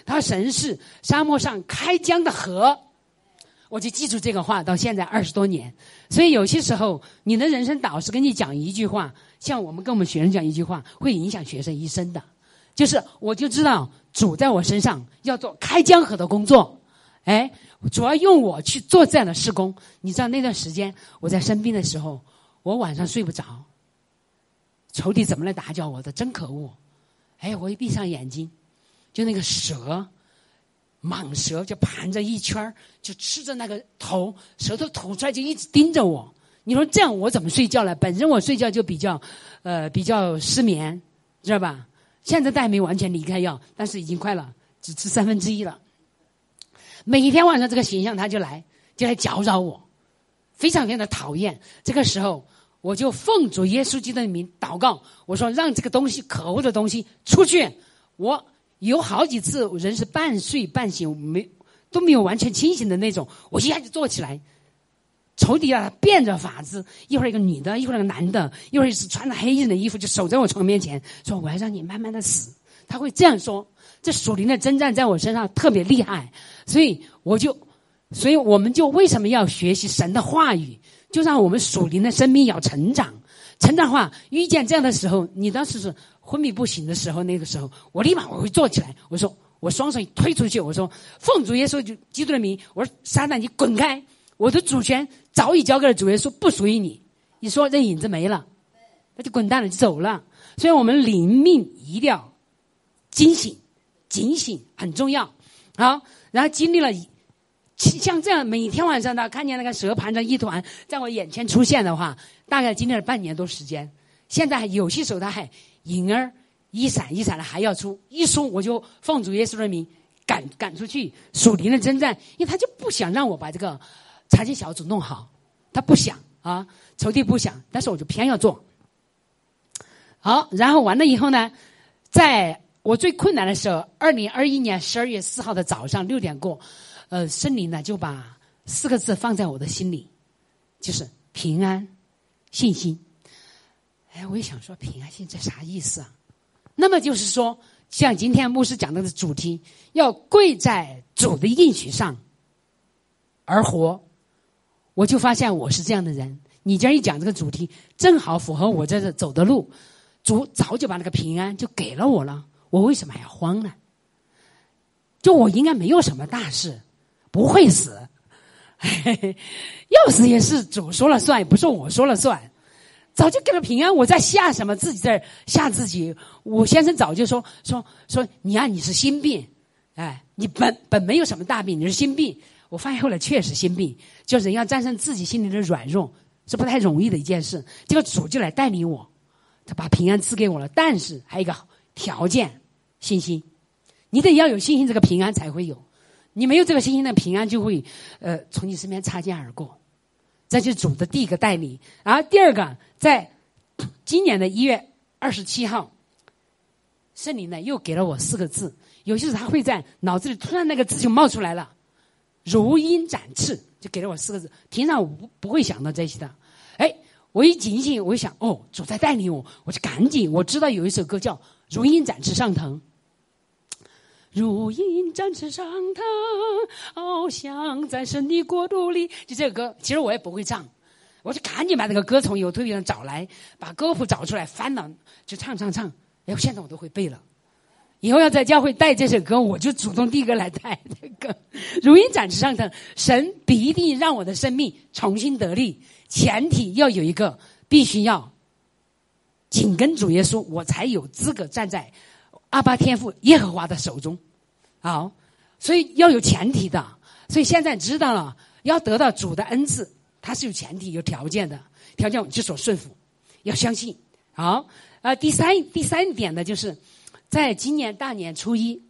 他说神是沙漠上开江的河。我就记住这个话，到现在20多年。所以有些时候，你的人生导师跟你讲一句话，像我们跟我们学生讲一句话，会影响学生一生的。就是我就知道主在我身上要做开江河的工作，主要用我去做这样的事工。你知道那段时间我在生病的时候，我晚上睡不着，仇敌怎么来打搅我的，真可恶。我一闭上眼睛，就那个蛇，蟒蛇就盘着一圈，就吃着那个头，舌头吐出来就一直盯着我。你说这样我怎么睡觉了？本身我睡觉就比较失眠，知道吧？现在还没完全离开药，但是已经快了，只吃1/3了。每一天晚上这个形象他就来搅扰我，非常非常的讨厌。这个时候我就奉主耶稣基督的名祷告，我说让这个东西可恶的东西出去。我有好几次人是半睡半醒，都没有完全清醒的那种，我一下就坐起来。仇敌啊，变着法子，一会儿一个女的，一会儿一个男的，一会儿是穿着黑人的衣服，就守在我床面前，说我要让你慢慢的死。他会这样说。这属灵的征战在我身上特别厉害，所以我们就为什么要学习神的话语，就让我们属灵的生命要成长。成长化遇见这样的时候，你当时是昏迷不醒的时候，那个时候我立马我会坐起来，我说我双手一推出去，我说奉主耶稣基督的名，我说撒旦你滚开，我的主权早已交给了主耶稣，不属于你。你说这影子没了，他就滚蛋了，就走了。所以我们灵命一定要警醒很重要。好，然后经历了像这样每天晚上呢，看见那个蛇盘成一团在我眼前出现的话，大概经历了半年多时间。现在有些时候他还影儿一闪一闪的还要出，一说我就奉主耶稣的名赶出去属灵的征战。因为他就不想让我把这个查经小组弄好，他不想啊，仇敌不想，但是我就偏要做。好，然后完了以后呢，在我最困难的时候，2021年12月4号的早上6点过，圣灵呢就把4个字放在我的心里，就是平安信心。我也想说平安信这啥意思啊？那么就是说，像今天牧师讲的主题，要跪在主的应许上而活。我就发现我是这样的人。你这样一讲这个主题，正好符合我这走的路。主早就把那个平安就给了我了，我为什么还要慌呢？就我应该没有什么大事，不会死，要死也是主说了算，也不是我说了算。早就给了平安，我在吓什么？自己在吓自己。我先生早就说你是心病，你本没有什么大病，你是心病。我发现后来确实心病，就人要战胜自己心里的软弱是不太容易的一件事。这个主就来带领我，他把平安赐给我了，但是还有一个条件，信心。你得要有信心，这个平安才会有。你没有这个信心的平安就会从你身边擦肩而过。这就是主的第一个带领。然后第二个，在今年的1月27号，圣灵呢又给了我4个字。有些时候他会在脑子里突然那个字就冒出来了，如鹰展翅，就给了我4个字。平常我不会想到这些的。我一警醒，我就想主在带领我，我就赶紧，我知道有一首歌叫《如鹰展翅上腾》。如鹰展翅上腾，翱翔在神的国度里。就这个歌，其实我也不会唱，我就赶紧把这个歌从YouTube上找来，把歌谱找出来，翻了就唱。现在我都会背了。以后要在教会带这首歌，我就主动第一个来带这个。如鹰展翅上腾，神必定让我的生命重新得力。前提要有一个，必须要紧跟主耶稣，我才有资格站在阿爸天父耶和华的手中。好，所以要有前提的。所以现在知道了，要得到主的恩赐，它是有前提有条件的。条件我们就所顺服，要相信。好，第三点呢，就是在今年大年初一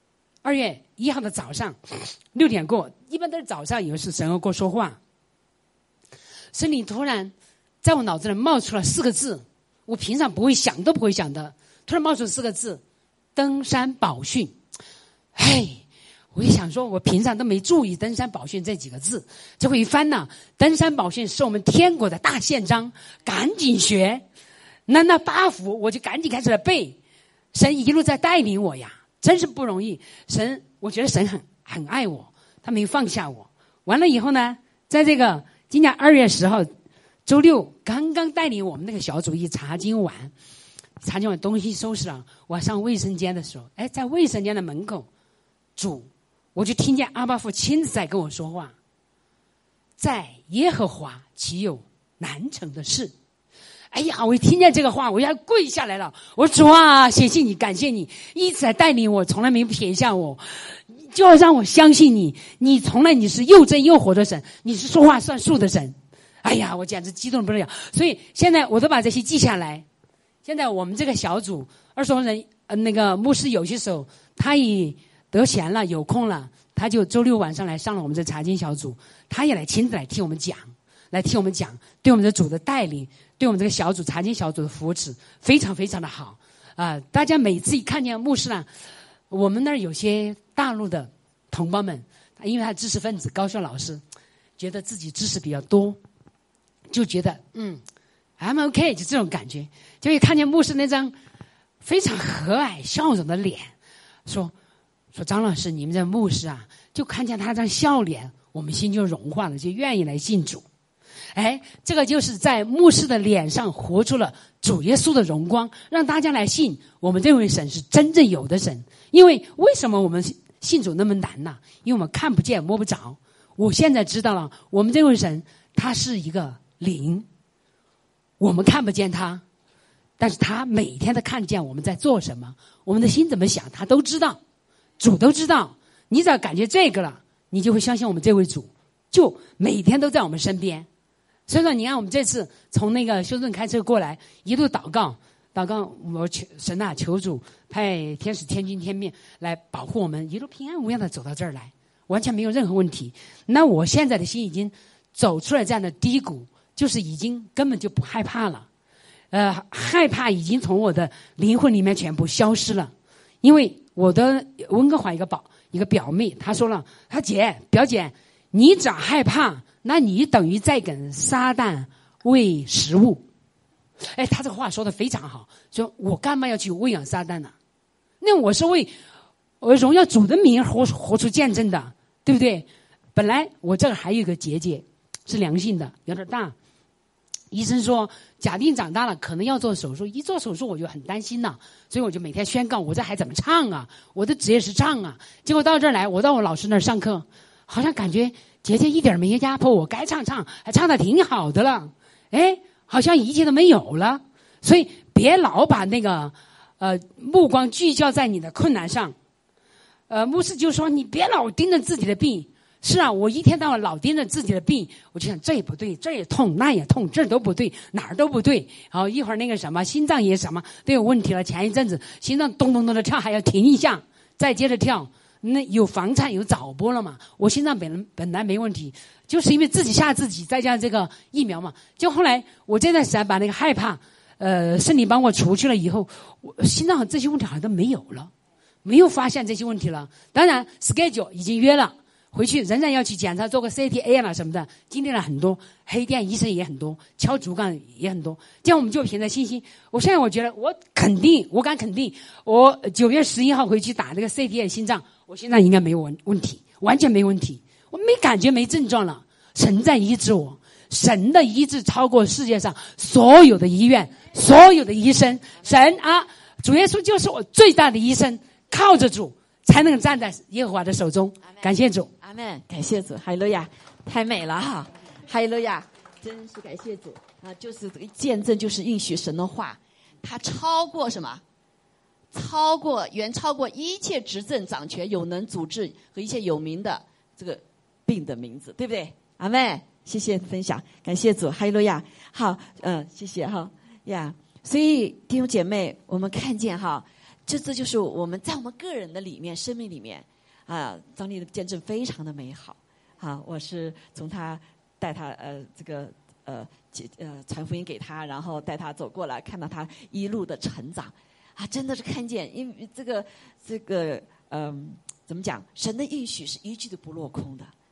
2月1号的早上6点过，一般都是早上，有时神会跟我说话，圣灵突然在我脑子里冒出了4个字，我平常不会想都不会想的，突然冒出4个字，登山宝训。我一想说，我平常都没注意登山宝训这几个字，这回一翻呢，登山宝训是我们天国的大宪章，赶紧学。那8幅我就赶紧开始了背。神一路在带领我呀，真是不容易。神我觉得神很爱我，他没有放下我。完了以后呢，在这个今年2月10号周六，刚刚带领我们那个小组一查经完东西收拾了，我上卫生间的时候，在卫生间的门口，我就听见阿爸父亲自在跟我说话，在耶和华岂有难成的事。哎呀，我一听见这个话，我要跪下来了。我说主啊，谢谢你，感谢你一直在带领我，从来没撇下我，就要让我相信你，你是又真又活的神，你是说话算数的神。哎呀，我简直激动不得了。所以现在我都把这些记下来。现在我们这个小组20多人，那个牧师有些时候他也得闲了有空了，他就周六晚上来上了我们这查经小组，他也亲自来听我们讲，对我们的主的带领，对我们这个小组查经小组的扶持，非常非常的好大家每次一看见牧师呢，我们那儿有些大陆的同胞们，因为他知识分子高校老师，觉得自己知识比较多，就觉得I'm OK， 就这种感觉。就一看见牧师那张非常和蔼笑容的脸，说张老师，你们这牧师啊，就看见他这张笑脸，我们心就融化了，就愿意来信主。这个就是在牧师的脸上活出了主耶稣的荣光，让大家来信我们这位神是真正有的神。因为什么我们信主那么难呢？因为我们看不见摸不着。我现在知道了，我们这位神他是一个灵，我们看不见他，但是他每天都看见我们在做什么，我们的心怎么想他都知道，主都知道。你只要感觉这个了，你就会相信我们这位主就每天都在我们身边。所以说你看我们这次从那个休斯顿开车过来，一路祷告，我求神啊，求主派天使天军天命来保护我们，一路平安无恙的走到这儿来，完全没有任何问题。那我现在的心已经走出了这样的低谷，就是已经根本就不害怕了，害怕已经从我的灵魂里面全部消失了。因为我的温哥华一个表妹，她说了，她表姐，你只要害怕，那你等于在跟撒旦喂食物。她这个话说得非常好，说我干嘛要去喂养撒旦呢？那我是为荣耀主的名活出见证的，对不对？本来我这儿还有一个结节是良性的，有点大，医生说假定长大了可能要做手术，一做手术我就很担心了，所以我就每天宣告我这还怎么唱啊，我的职业是唱啊。结果到这儿来，我到我老师那儿上课，好像感觉姐姐一点没压迫我，该唱还唱得挺好的了，好像一切都没有了。所以别老把那个目光聚焦在你的困难上。牧师就说你别老盯着自己的病。是啊，我一天到晚老盯着自己的病，我就想这也不对，这也痛，那也痛，这都不对，哪儿都不对。然后一会儿那个什么心脏也什么都有问题了，前一阵子心脏咚咚咚的跳，还要停一下再接着跳，那有房产有早播了嘛，我心脏本来没问题，就是因为自己吓自己，再加上这个疫苗嘛。就后来我这段时间把那个害怕身体帮我除去了以后，我心脏这些问题好像都没有了，没有发现这些问题了。当然 schedule 已经约了，回去仍然要去检查，做个 CTA 了什么的，经历了很多，黑店医生也很多，敲竹杠也很多，这样我们就凭着信心。现在我觉得我敢肯定，我9月11号回去打这个 CTA 心脏，我心脏应该没有问题，完全没问题，我没感觉没症状了。神在医治我，神的医治超过世界上所有的医院，所有的医生。神啊，主耶稣就是我最大的医生，靠着主才能站在耶和华的手中。感谢主， 阿们，感谢主，哈利路亚，太美了哈，哈利路亚，真是感谢主啊！就是这个见证，就是应许神的话，它超过什么？远超过一切执政掌权有能主治和一切有名的这个病的名字，对不对？阿们，谢谢分享，感谢主，哈利路亚。好，谢谢哈呀。所以弟兄姐妹，我们看见哈，这就是我们在我们个人的里面、生命里面啊，张丽的见证非常的美好。好，我是从他带他传福音给他，然后带他走过来，看到他一路的成长啊，真的是看见，因为这个怎么讲？神的应许是一句都不落空的。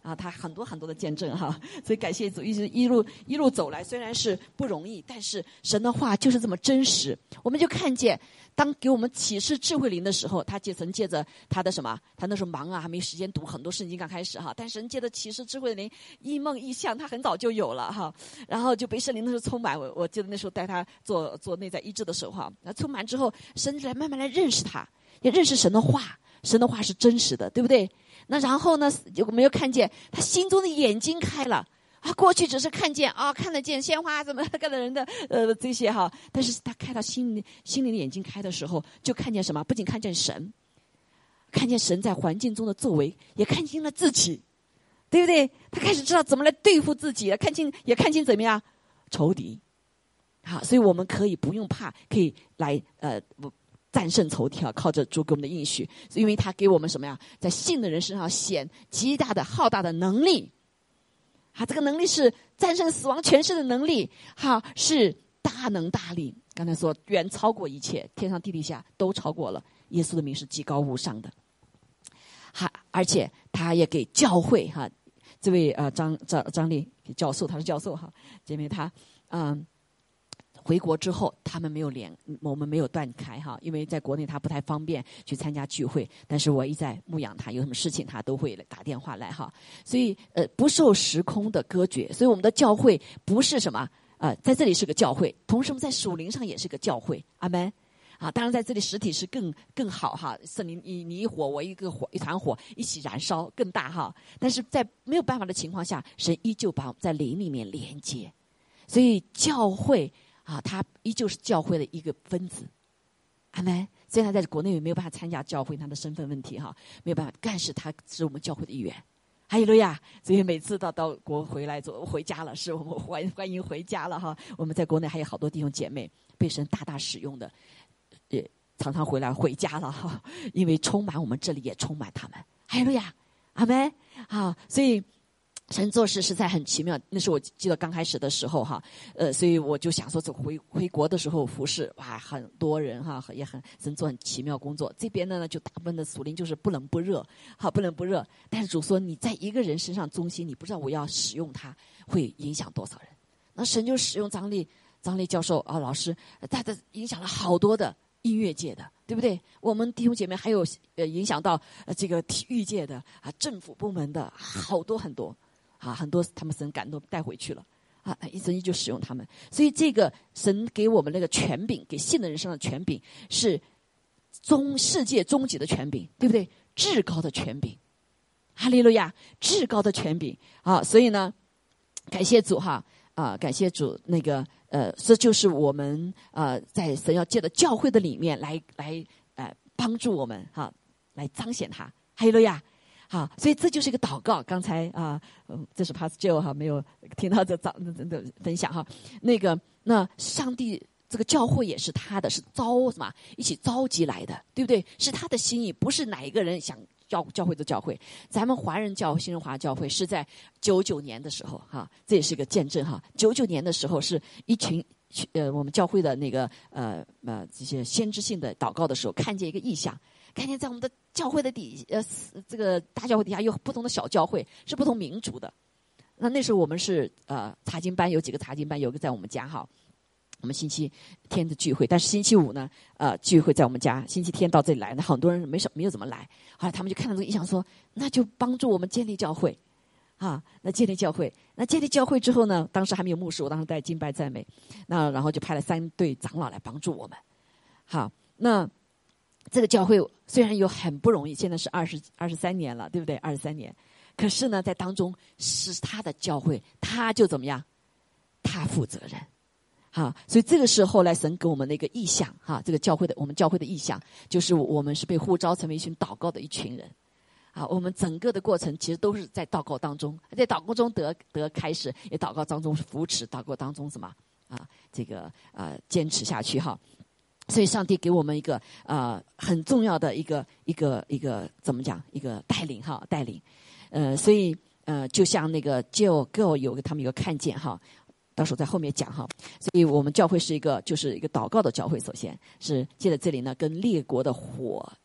他很多很多的见证哈，所以感谢主，一路走来，虽然是不容易，但是神的话就是这么真实。我们就看见，当给我们启示智慧灵的时候，神借着他的什么？他那时候忙啊，还没时间读很多圣经，刚开始哈。但神借着启示智慧的灵，异梦异象，他很早就有了哈。然后就被圣灵那时候充满，我记得那时候带他做内在医治的时候哈，那充满之后，神就来慢慢来认识他，也认识神的话。神的话是真实的，对不对？那然后呢，我们又看见他心中的眼睛开了啊！过去只是看见啊，看得见鲜花怎么各个人的这些哈，但是他开到心灵的眼睛开的时候，就看见什么？不仅看见神，看见神在环境中的作为，也看清了自己，对不对？他开始知道怎么来对付自己了，也看清怎么样仇敌。好，所以我们可以不用怕，可以来战胜仇敌啊！靠着主给我们的应许，因为他给我们什么呀？在信的人身上显极大的浩大的能力，这个能力是战胜死亡权势的能力，是大能大力。刚才说远超过一切，天上地底下都超过了。耶稣的名是极高无上的，而且他也给教会这位张丽教授，他是教授姐妹他回国之后，我们没有断开因为在国内他不太方便去参加聚会，但是我一再牧养他，有什么事情他都会打电话来所以不受时空的割绝。所以我们的教会不是什么在这里是个教会，同时我们在属灵上也是个教会，阿们。当然在这里实体是更好圣灵你一火我一团火一起燃烧更大但是在没有办法的情况下，神依旧把我们在灵里面连接，所以教会他依旧是教会的一个分子，阿们。虽然他在国内也没有办法参加教会，他的身份问题没有办法，但是他是我们教会的一员。哈利路亚！所以每次到国回来回家了，是我们欢迎回家了我们在国内还有好多弟兄姐妹被神大大使用的，也常常回家了因为充满我们这里也充满他们。哈利路亚！阿们。所以神做事实在很奇妙。那是我记得刚开始的时候所以我就想说回国的时候服侍，哇，很多人也神做很奇妙工作。这边呢就大部分的属灵就是不冷不热不冷不热。但是主说你在一个人身上忠心，你不知道我要使用他会影响多少人。那神就使用张丽教授老师，他影响了好多的音乐界的，对不对？我们弟兄姐妹还有影响到这个体育界的政府部门的好多很多很多他们神感动带回去了神依旧使用他们。所以这个神给我们那个权柄，给信的人身上的权柄是世界终极的权柄，对不对？至高的权柄，哈利路亚！至高的权柄所以呢，感谢主感谢主。那个这就是我们在神要借的教会的里面来帮助我们来彰显他，哈利路亚！所以这就是一个祷告。刚才这是 Pastor Joe 没有听到这的分享那上帝这个教会也是他的，是一起召集来的，对不对？是他的心意，不是哪一个人想教会的教会。咱们华人新人华教会是在99年的时候这也是一个见证99年的时候是一群我们教会的那个这些先知性的祷告的时候，看见一个异象，看见在我们的教会的这个大教会底下有不同的小教会，是不同民族的。那时候我们是查经班，有几个查经班，有一个在我们家我们星期天的聚会，但是星期五呢聚会在我们家，星期天到这里来，那很多人没有怎么来。后来他们就看到这个异象说，那就帮助我们建立教会那建立教会之后呢，当时还没有牧师，我当时带敬拜赞美，那然后就派了3对长老来帮助我们。那这个教会虽然有很不容易，现在是23年了，对不对？23年，可是呢，在当中是他的教会，他就怎么样？他负责任。所以这个是后来神给我们的一个意象这个我们教会的意象，就是我们是被呼召成为一群祷告的一群人我们整个的过程其实都是在祷告当中，在祷告中得开始，也祷告当中扶持，祷告当中什么这个坚持下去所以上帝给我们一个很重要的一个怎么讲，一个带领所以就像那个 Jill 他们有个看见到时候在后面讲所以我们教会是就是一个祷告的教会，首先是借着这里呢跟列国的火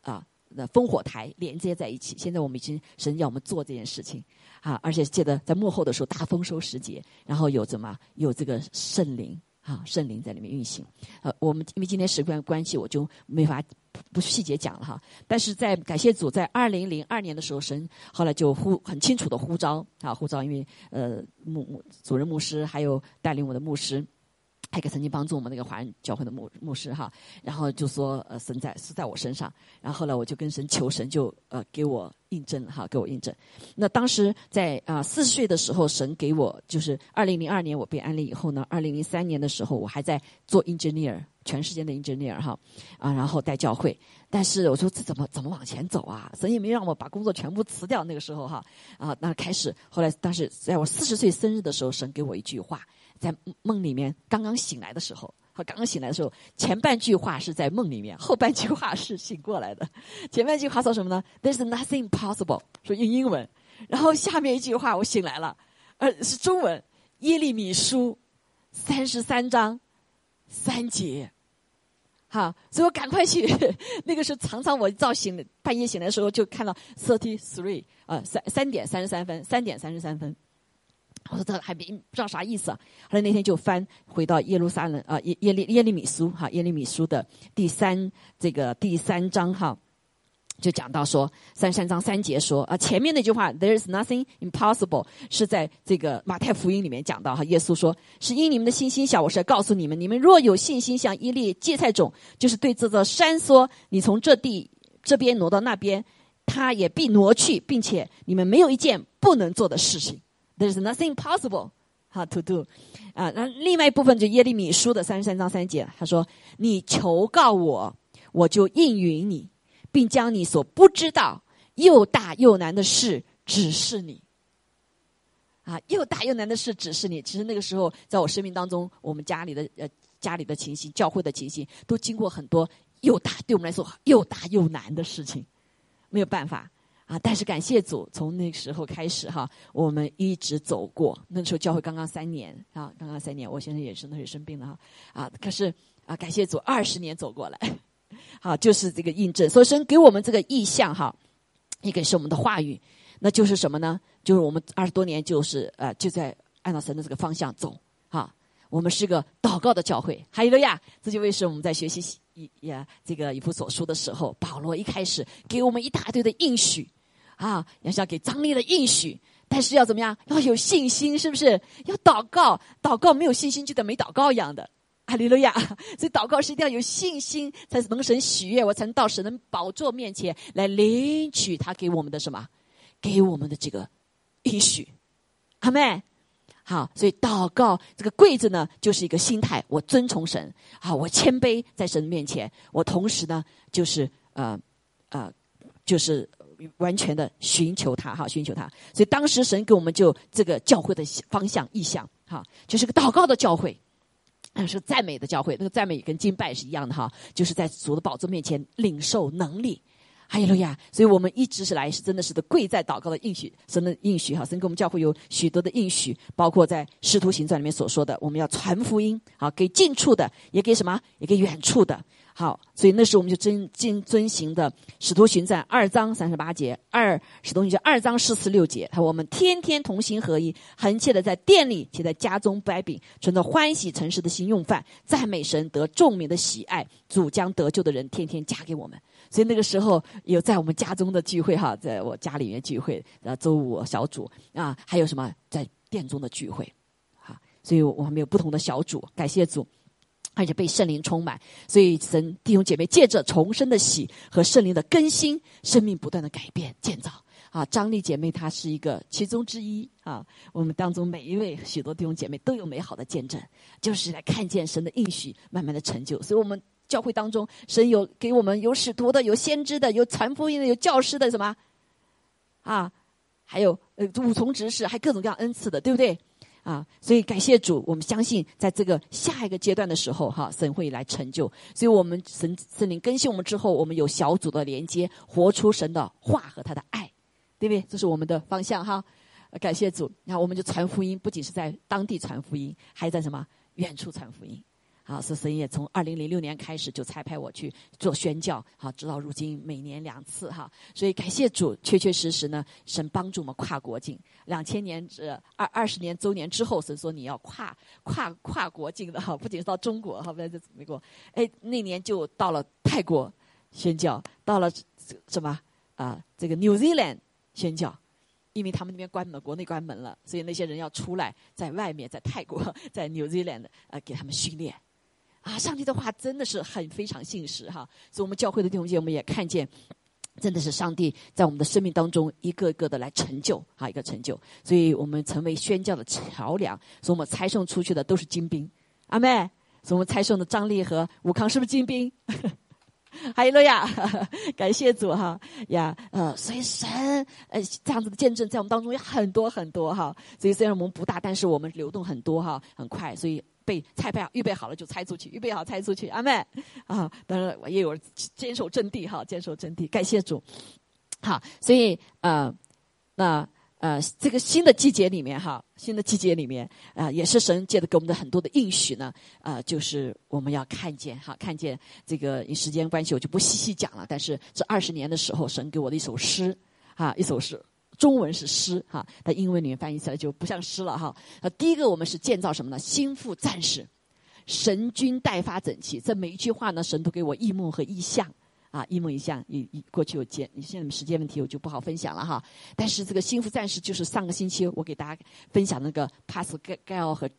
烽火台连接在一起。现在我们已经神要我们做这件事情啊，而且记得在幕后的时候大丰收时节，然后有这个圣灵啊，圣灵在里面运行。我们因为今天时间关系，我就没法不细节讲了哈。但是在感谢主，在2002年的时候，神后来就很清楚的呼召，因为主任牧师还有带领我的牧师。还有一个曾经帮助我们那个华人教会的牧师哈，然后就说神是在我身上，然后后来我就跟神求神就给我印证哈，给我印证。那当时在40岁的时候，神给我就是2002年我被安利以后呢，2003年的时候我还在做 engineer， 全世界的 engineer 哈然后带教会。但是我说这怎么往前走啊？神也没让我把工作全部辞掉那个时候哈那开始后来，但是在我40岁生日的时候，神给我一句话。在梦里面刚刚醒来的时候，前半句话是在梦里面，后半句话是醒过来的。前半句话说什么呢 ？There's nothing impossible， 说用英文。然后下面一句话我醒来了，是中文，耶利米书33章3节。好，所以我赶快去。那个时候常常我半夜醒来的时候就看到3点33分。我说这还不知道啥意思啊。后来那天就翻回到耶路撒冷耶利米书耶利米书的第三章哈，就讲到说33章3节说前面那句话 There is nothing impossible 是在这个马太福音里面讲到哈，耶稣说是因你们的信心小，我是要告诉你们，你们若有信心像一粒芥菜种，就是对这座山说你从这边挪到那边，它也必挪去，并且你们没有一件不能做的事情。There's nothing impossible to do 那另外一部分就耶利米书的33章3节，他说你求告我，我就应允你，并将你所不知道又大又难的事指示你又大又难的事指示你。其实那个时候在我生命当中，我们家里的情形，教会的情形都经过很多对我们来说又大又难的事情，没有办法但是感谢主，从那个时候开始我们一直走过。那个时候教会刚刚3年我先生也是那时候生病了可是感谢主20年走过来就是这个印证。所以神给我们这个意象一个是我们的话语，那就是什么呢？就是我们20多年就是就在按照神的这个方向走我们是个祷告的教会，哈利路亚！这就为什么我们在学习这个以弗所书的时候，保罗一开始给我们一大堆的应许要像给张力的应许，但是要怎么样？要有信心，是不是？要祷告，祷告没有信心就等没祷告一样的。哈利路亚！所以祷告是一定要有信心，才能神喜悦，我才能到神的宝座面前来领取他给我们的什么？给我们的这个应许。阿们。好，所以祷告这个跪着呢，就是一个心态，我尊崇神我谦卑在神面前，我同时呢就是就是完全的寻求他寻求他。所以当时神给我们就这个教会的方向意向就是个祷告的教会是赞美的教会。那个赞美跟敬拜是一样的就是在主的宝座面前领受能力。哈利路亚！所以我们一直是真的是跪在祷告的应许，神的应许神给我们教会有许多的应许，包括在使徒行传里面所说的，我们要传福音给近处的，也给什么？也给远处的。好，所以那时候我们就遵行的使徒行传2章38节，使徒行传2章46节，我们天天同心合一，恒切的在店里且在家中掰饼，存着欢喜诚实的心用饭，赞美神，得众民的喜爱，主将得救的人天天加给我们。所以那个时候有在我们家中的聚会在我家里面聚会周五小组还有什么在店中的聚会所以我们有不同的小组，感谢主，而且被圣灵充满。所以神弟兄姐妹借着重生的喜和圣灵的更新，生命不断的改变建造张丽姐妹她是一个其中之一我们当中每一位许多弟兄姐妹都有美好的见证，就是来看见神的应许慢慢的成就。所以我们教会当中，神有给我们有使徒的，有先知的，有传福音的，有教师的，什么还有五重执事，还各种各样恩赐的，对不对所以感谢主，我们相信在这个下一个阶段的时候神会来成就。所以我们圣灵更新我们之后，我们有小组的连接，活出神的话和他的爱，对不对？这是我们的方向感谢主。然后我们就传福音，不仅是在当地传福音，还在什么远处传福音啊，是神也从2006年开始就差派我去做宣教，好，直到如今每年2次哈。所以感谢主，确确实实呢，神帮助我们跨国境。2000年20年周年之后，神说你要跨国境的哈，不仅是到中国哈，不然在美国，哎，那年就到了泰国宣教，到了什么这个 New Zealand 宣教。因为他们那边关门，国内关门了，所以那些人要出来，在外面，在泰国，在 New Zealand 给他们训练。啊，上帝的话真的是非常信实哈，所以我们教会的弟兄姐妹也看见，真的是上帝在我们的生命当中一个一个的来成就啊，一个成就，所以我们成为宣教的桥梁，所以我们差送出去的都是精兵，阿们，所以我们差送的张力和武康是不是精兵？哈利路亚，感谢主哈呀，所以神这样子的见证在我们当中有很多很多哈，所以虽然我们不大，但是我们流动很多哈，很快，所以被差派预备好了就猜出去，预备好猜出去，阿们啊！当然我也有坚守阵地哈，坚守阵地，感谢主。好，所以这个新的季节里面哈，也是神借着给我们的很多的应许呢，就是我们要看见这个，时间关系我就不细讲了。但是这20年的时候，神给我的一首诗啊，一首诗，中文是诗哈，但英文里面翻译起来就不像诗了哈。第一个我们是建造什么呢？心腹战士，神军待发整齐。这每一句话呢，神都给我异梦和异象。啊，一梦一象，过去有现在时间问题我就不好分享了哈。但是这个心腹战士就是上个星期我给大家分享那个 Pascal 和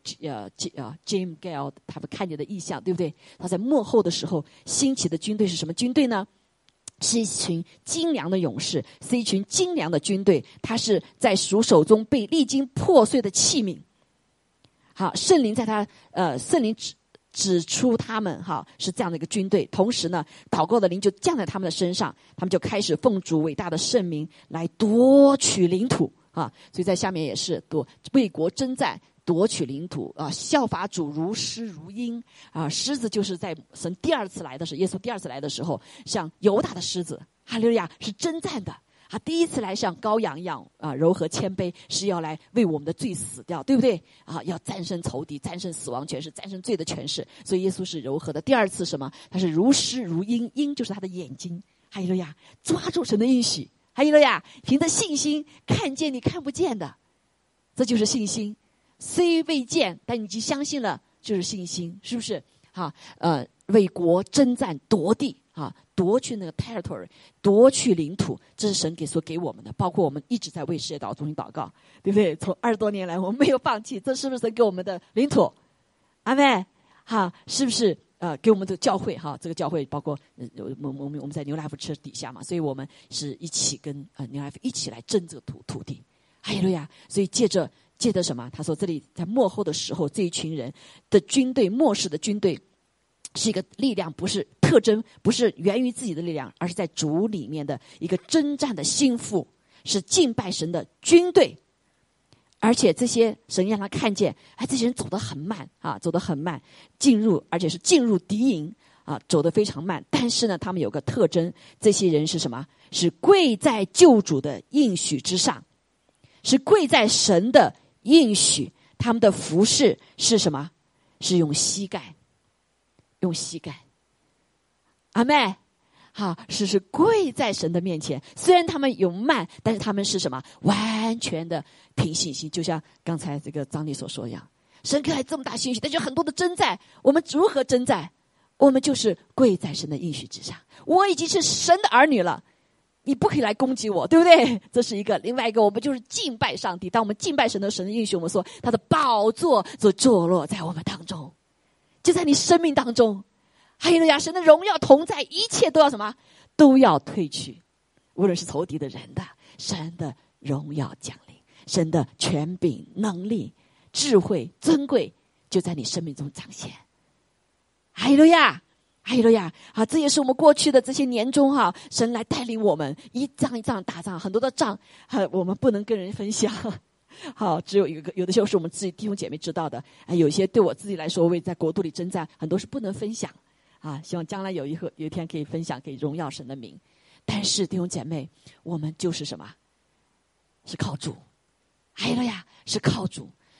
Jim Gale 他们看见的异象，对不对？他在末后的时候兴起的军队是什么军队呢？是一群精良的勇士，是一群精良的军队，他是在属手中被历经破碎的器皿。好，圣灵在他圣灵指出他们哈是这样的一个军队，同时呢，祷告的灵就降在他们的身上，他们就开始奉主伟大的圣名来夺取领土啊！所以在下面也是为国征战，夺取领土啊！效法主如狮如鹰啊！狮子就是在神第二次来的时候，耶稣第二次来的时候，像犹大的狮子，哈利路亚，是征战的。他第一次来像羔羊一样柔和谦卑，是要来为我们的罪死掉，对不对啊？要战胜仇敌，战胜死亡权势，战胜罪的权势。所以耶稣是柔和的。第二次什么？他是如狮如鹰，鹰就是他的眼睛。哈利路亚，抓住神的应许。哈利路亚，凭着信心看见你看不见的，这就是信心。虽未见，但你已经相信了，就是信心，是不是？为国征战夺地啊，夺去那个 territory， 夺去领土，这是神所给我们的。包括我们一直在为世界中心祷告，对不对？从20多年来我们没有放弃，这是不是神给我们的领土？阿们哈，是不是给我们的教会哈？这个教会包括我们在New Life Church底下嘛，所以我们是一起跟New Life一起来争这个土地。哈利路亚！所以借着什么？他说这里在末后的时候，这一群人的军队，末世的军队。是一个力量，不是特征，不是源于自己的力量，而是在主里面的一个征战的心腹，是敬拜神的军队。而且这些神让他看见，这些人走得很慢啊，走得很慢，而且是进入敌营啊，走得非常慢。但是呢，他们有个特征，这些人是什么？是跪在救主的应许之上，是跪在神的应许。他们的服事是什么？是用膝盖。阿们，好，是跪在神的面前。虽然他们有慢，但是他们是什么？完全的凭信心。就像刚才这个张丽所说一样，神给他这么大信许，但是很多的征战，我们如何征战？我们就是跪在神的应许之上。我已经是神的儿女了，你不可以来攻击我，对不对？这是一个。另外一个，我们就是敬拜上帝。当我们敬拜神的应许，我们说他的宝座就坐落在我们当中。就在你生命当中，哈利路亚！神的荣耀同在，一切都要什么？都要退去，无论是仇敌的人的，神的荣耀降临，神的权柄、能力、智慧、尊贵，就在你生命中彰显。哈利路亚！哈利路亚！啊，这也是我们过去的这些年中哈，神来带领我们一仗一仗打仗，很多的仗，我们不能跟人分享。好，只有有的时候是我们自己弟兄姐妹知道的，有些对我自己来说，我也在国度里征战，很多是不能分享啊。希望将来有一天可以分享，给荣耀神的名。但是弟兄姐妹，我们就是什么？是靠主，哈利路亚，是靠主。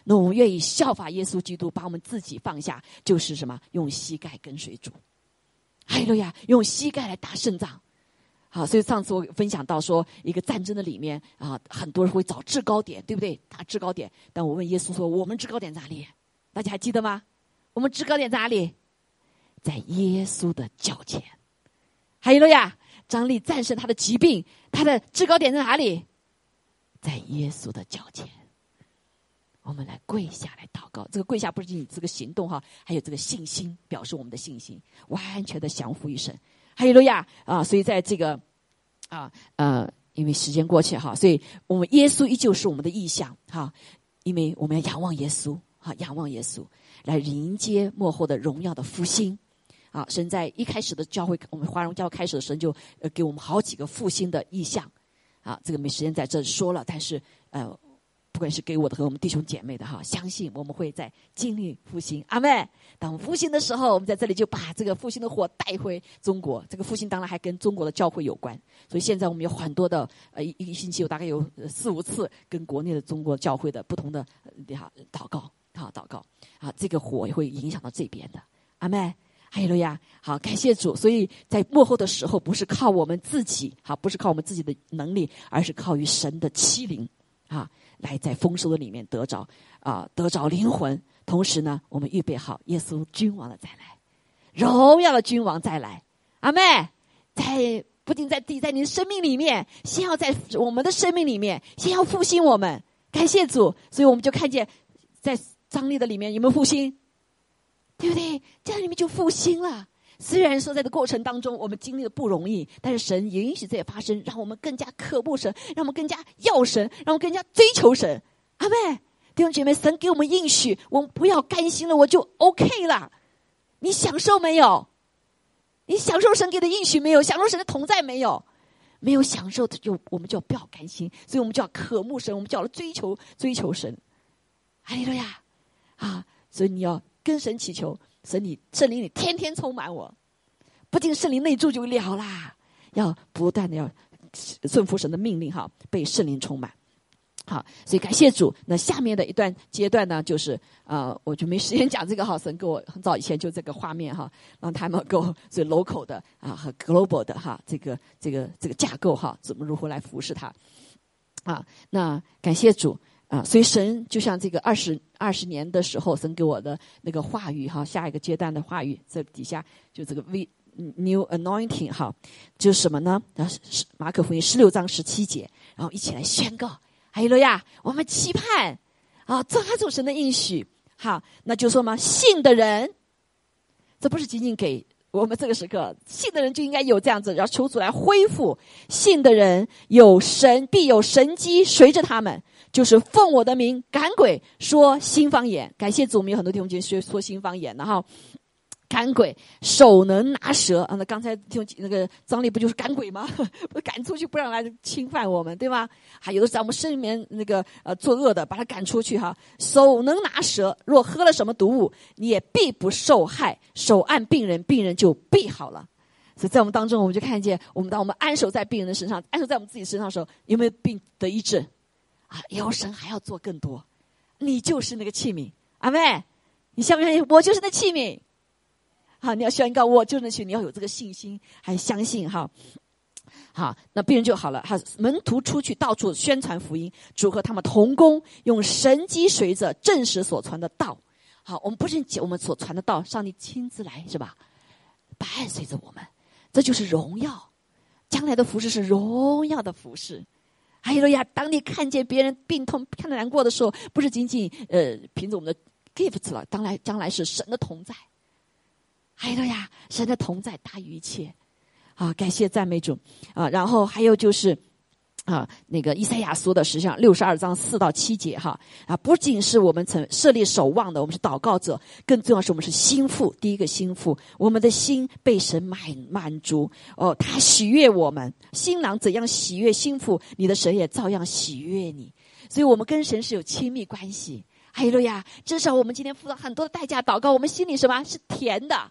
那我们愿意效法耶稣基督，把我们自己放下，就是什么？用膝盖跟随主。哈利路亚，用膝盖来打胜仗。好，所以上次我分享到说，一个战争的里面啊，很多人会找制高点，对不对？打制高点。但我问耶稣说，我们制高点在哪里？大家还记得吗？我们制高点在哪里？在耶稣的脚前。哈利路亚，张力战胜他的疾病，他的制高点在哪里？在耶稣的脚前。我们来跪下来祷告，这个跪下不是仅仅这个行动哈，还有这个信心，表示我们的信心，完全的降服于神。哈利路亚啊！所以在这个因为时间过去哈，所以我们耶稣依旧是我们的意象哈，因为我们要仰望耶稣哈，仰望耶稣来迎接末后的荣耀的复兴啊！神在一开始的教会，我们华荣教会开始的神就给我们好几个复兴的意象啊，这个没时间在这说了，但是不管是给我的和我们弟兄姐妹的哈，相信我们会在经历复兴，阿们。当我们复兴的时候，我们在这里就把这个复兴的火带回中国。这个复兴当然还跟中国的教会有关，所以现在我们有很多的一个星期有大概有4-5次跟国内的中国教会的不同的祷告啊，这个火也会影响到这边的，阿们。哈利路亚，好，感谢主。所以在幕后的时候，不是靠我们自己，好，不是靠我们自己的能力，而是靠于神的欺凌啊。来在丰收的里面得着灵魂，同时呢，我们预备好耶稣君王的再来，荣耀的君王再来，阿们。不仅在地，在你的生命里面，先要在我们的生命里面，先要复兴我们，感谢主。所以我们就看见，在张力的里面有没有复兴，对不对？这样里面就复兴了。虽然说在这过程当中我们经历的不容易，但是神允许这些发生，让我们更加渴慕神，让我们更加要神，让我们更加追求神。阿们，弟兄姐妹，神给我们应许，我们不要甘心了，我就 OK 了。你享受没有？你享受神给的应许没有？享受神的同在没有？没有享受的我们就不要甘心，所以我们就要渴慕神，我们就要追求神。哈利路亚啊！所以你要跟神祈求，圣灵你天天充满我，不仅圣灵内住就了啦，要不断的要顺服神的命令哈，被圣灵充满。好，所以感谢主。那下面的一段阶段呢，就是我就没时间讲这个哈，神给我很早以前就这个画面哈，让他们给我最 local 的和 global 的哈，这个架构哈，怎么如何来服侍他啊？那感谢主。所以神就像这个20年的时候，神给我的那个话语哈，下一个阶段的话语，这底下就这个 new anointing 哈，就是什么呢？马可福音16章17节，然后一起来宣告，哈利路亚！我们期盼抓住神的应许，好，那就说嘛，信的人，这不是仅仅给我们这个时刻，信的人就应该有这样子，然后求主来恢复信的人，必有神迹随着他们。就是奉我的名赶鬼，说新方言。感谢主，我们有很多弟兄姐妹说新方言，然后赶鬼，手能拿蛇。那刚才那个张力不就是赶鬼吗？不赶出去，不让来侵犯我们，对吗？还有的在我们身里面那个作恶的，把他赶出去哈。手能拿蛇，若喝了什么毒物，你也必不受害。手按病人，病人就必好了。所以在我们当中，我们就看见，当我们安守在病人的身上，安守在我们自己身上的时候，有没有病得医治？有神还要做更多，你就是那个器皿，阿们，你相不相信？我就是那器皿。好，你要宣告我就是那器皿，你要有这个信心，还相信哈。好，那病人就好了。哈，门徒出去到处宣传福音，主和他们同工，用神机随着证实所传的道。好，我们不是我们所传的道，上帝亲自来是吧？伴随着我们，这就是荣耀。将来的服事是荣耀的服事。哈利路亚！当你看见别人病痛、看得难过的时候，不是仅仅凭着我们的 gifts 了，将来是神的同在。哈利路亚！神的同在大于一切。感谢赞美主啊！然后还有就是那个以赛亚书的实际上62章4到7节哈不仅是我们曾设立守望的，我们是祷告者，更重要是我们是心腹。第一个心腹，我们的心被神满足他喜悦我们。新郎怎样喜悦心腹，你的神也照样喜悦你。所以我们跟神是有亲密关系。哈利路亚！至少我们今天付了很多的代价祷告，我们心里什么是甜的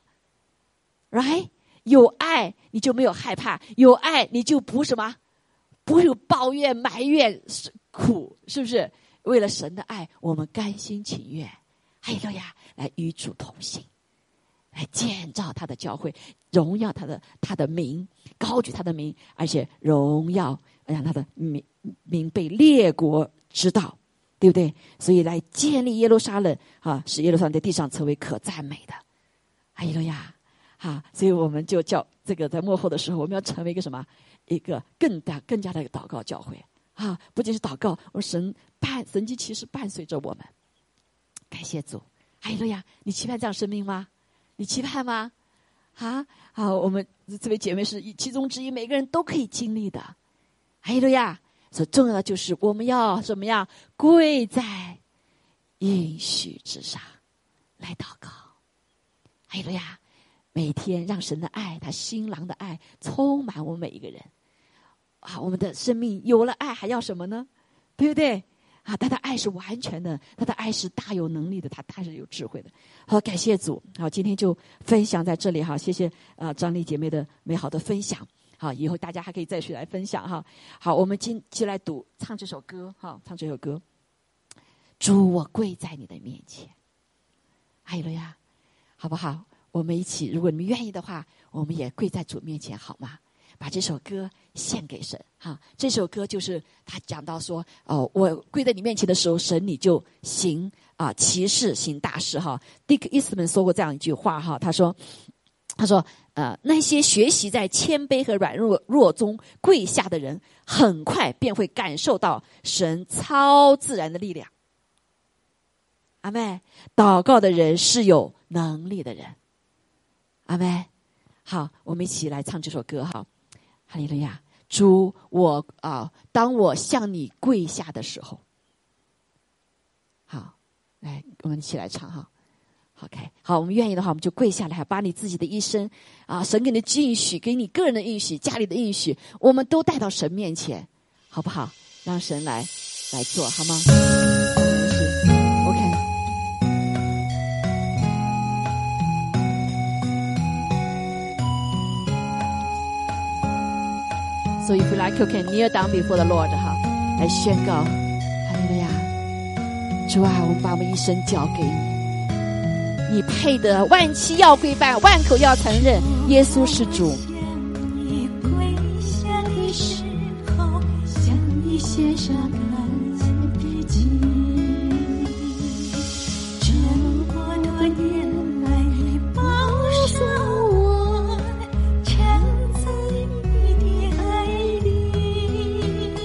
，right？ 有爱你就没有害怕，有爱你就不什么。不会有抱怨、埋怨、苦，是不是？ 为了神的爱，我们甘心情愿，哈利路亚，来与主同行，来建造他的教会，荣耀他的名，高举他的名，而且荣耀让他的名被列国知道，对不对？所以来建立耶路撒冷啊，使耶路撒冷在地上成为可赞美的，哈利路亚啊！所以我们就叫这个在末后的时候，我们要成为一个什么？一个更加的祷告教会啊！不仅是祷告，我神迹奇事伴随着我们。感谢主，哈利路亚！你期盼这样生命吗？你期盼吗？啊，好，我们这位姐妹是其中之一，每个人都可以经历的。哈利路亚！所以重要的就是我们要怎么样跪在应许之上来祷告。哈利路亚！每天让神的爱，他新郎的爱充满我们每一个人啊！我们的生命有了爱还要什么呢？对不对啊？他的爱是完全的，他的爱是大有能力的，他是有智慧的。好，感谢主。好，今天就分享在这里哈，谢谢张丽姐妹的美好的分享。好，以后大家还可以再去来分享哈。好，我们就来唱这首歌哈，唱这首歌。主，我跪在你的面前，哈利路亚，好不好？我们一起，如果你们愿意的话，我们也跪在主面前，好吗？把这首歌献给神哈。这首歌就是他讲到说，我跪在你面前的时候，神你就行奇事，行大事哈。Dick Eastman 说过这样一句话哈，他说，那些学习在谦卑和软弱中跪下的人，很快便会感受到神超自然的力量。阿们，祷告的人是有能力的人。阿们，好，我们一起来唱这首歌哈。哈利路亚！主，当我向你跪下的时候，好，来，我们一起来唱哈。OK， 好，我们愿意的话，我们就跪下来，把你自己的一生神给你的应许，给你个人的应许，家里的应许，我们都带到神面前，好不好？让神来做，好吗？OK。So if you like, you can kneel down before the Lord 哈，来宣告，哈利路亚！主啊，我们把我们一生交给你，你配得万膝要跪拜，万口要承认耶稣是主。 你跪下的时候，向你献上感谢的祭，这么多年来你保守我，站在你的爱里，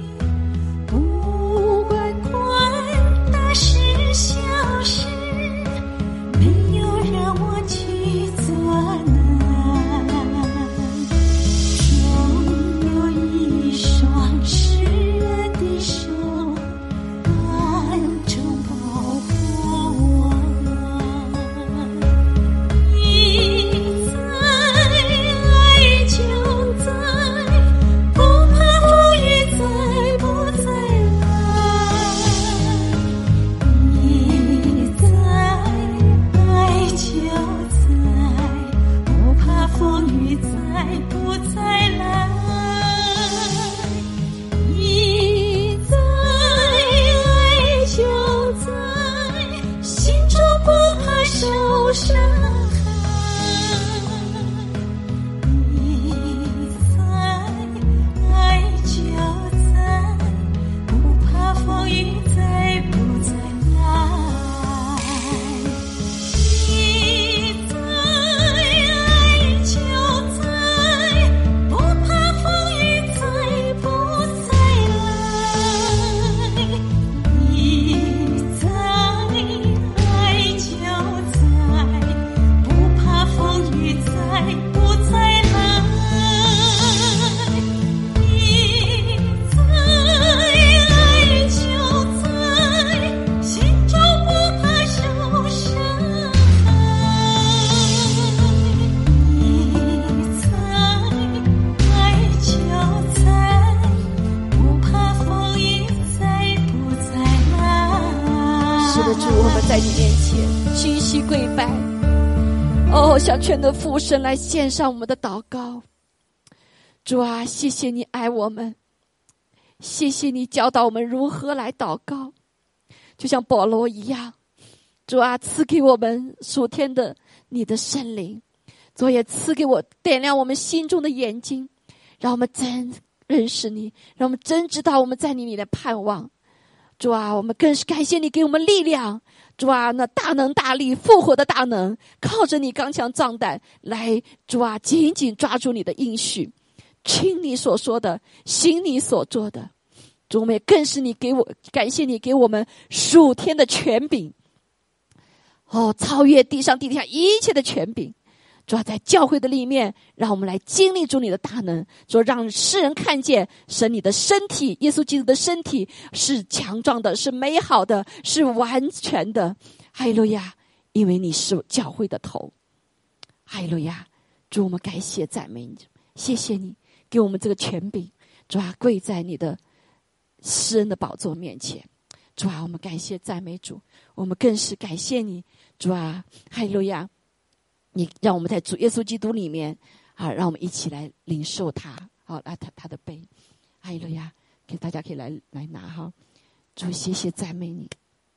不管大事小事，没有让我去做难，总有一双湿润的手暗中保护我。你在，爱就在，不怕风雨再不再来。你在，爱就在，不怕风雨再不再来。你在，爱就在，心中不怕受伤害。你在，爱就在，不怕风雨再不再来。你在，爱就在，不怕风雨再不再来。你在，爱就在，不怕风雨再不再来。你在，爱就在，心中不怕受伤害。你在，爱就在，不怕风雨再不再来。 是的，主，我们在你面前屈膝跪拜，向全能父神来献上我们的祷告。主啊，谢谢你爱我们，谢谢你教导我们如何来祷告， 就像保罗一样，主啊，赐给我们属天的你的圣灵，主也赐给我点亮我们心中的眼睛，让我们真认识你，让我们真知道我们在你里的盼望。主啊，我们更是感谢你给我们力量。主啊，那大能大力复活的大能，靠着你刚强壮胆来，主啊，紧紧抓住你的应许，听你所说的，行你所做的。主，我们也更是你给我，感谢你给我们属天的权柄，超越地上地下一切的权柄。主要在教会的里面，让我们来经历主你的大能，说让世人看见神你的身体，耶稣基督的身体是强壮的，是美好的，是完全的。哈利路亚！因为你是教会的头。哈利路亚！主，我们感谢赞美你，谢谢你给我们这个权柄。主啊，跪在你的施恩的宝座面前。主啊，我们感谢赞美主，我们更是感谢你。主啊，哈利路亚！你让我们在主耶稣基督里面让我们一起来领受他，他的杯。哈利路亚！给大家可以来拿哈。主，谢谢赞美你。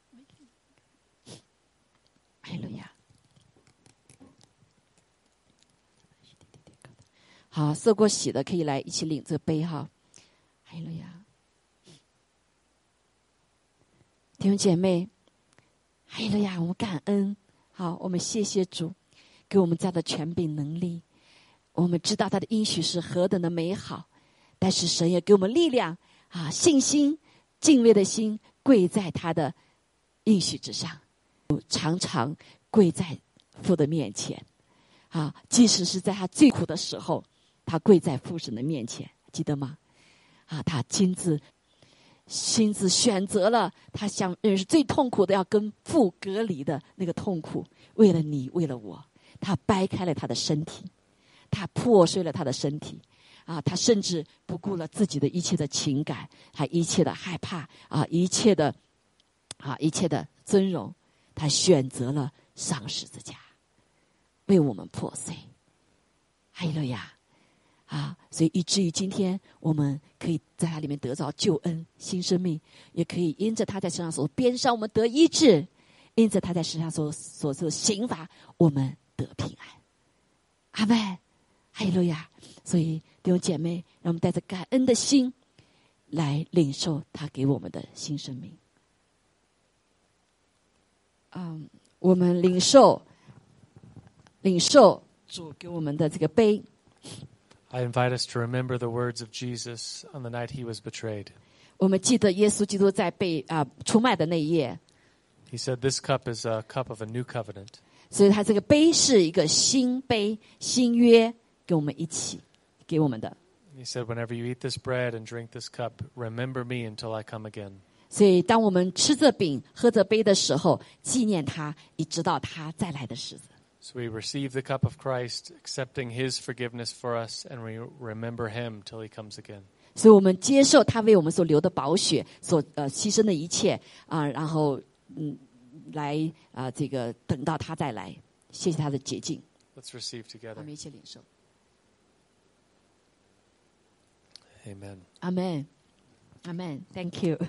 哈利路亚！好，受过洗的可以来一起领这杯哈。哈利路亚！弟兄姐妹，哈利路亚！我们感恩，好，我们谢谢主给我们这样的权柄能力。我们知道他的应许是何等的美好，但是神也给我们力量信心、敬畏的心，跪在他的应许之上，常常跪在父的面前即使是在他最苦的时候，他跪在父神的面前，记得吗？他亲自选择了他想认识最痛苦的，要跟父隔离的那个痛苦，为了你，为了我，他掰开了他的身体，他破碎了他的身体他甚至不顾了自己的一切的情感，还一切的害怕一切的尊荣，他选择了上十字架，为我们破碎。哈利路亚！所以以至于今天我们可以在他里面得到救恩、新生命，也可以因着他在身上所鞭伤，我们得医治；因着他在身上所受的刑罚，我们得平安。阿们！哈利路亚！所以弟兄姐妹，让我们带着感恩的心来领受他给我们的新生命。我们领受主给我们的这个杯。 I invite us to remember the words of Jesus on the night he was betrayed. 我们记得耶稣基督在被出卖的那一夜。 He said, "This cup is a cup of a new covenant." 所以他这个杯是一个新杯、新约，给我们一起给我们的。 He said, "Whenever you eat this bread and drink this cup, remember me until I come again." 所以当我们吃这饼、喝这杯的时候，纪念他，一直到他再来的日子。 So we receive the cup of Christ, accepting his forgiveness for us, and we remember him till he comes again. 所以我们接受他为我们所流的宝血，所牺牲的一切然后来这个等到他再来，谢谢他的洁净。 Let's receive together. 我们一起领受。 Amen. Amen. Amen. Thank you.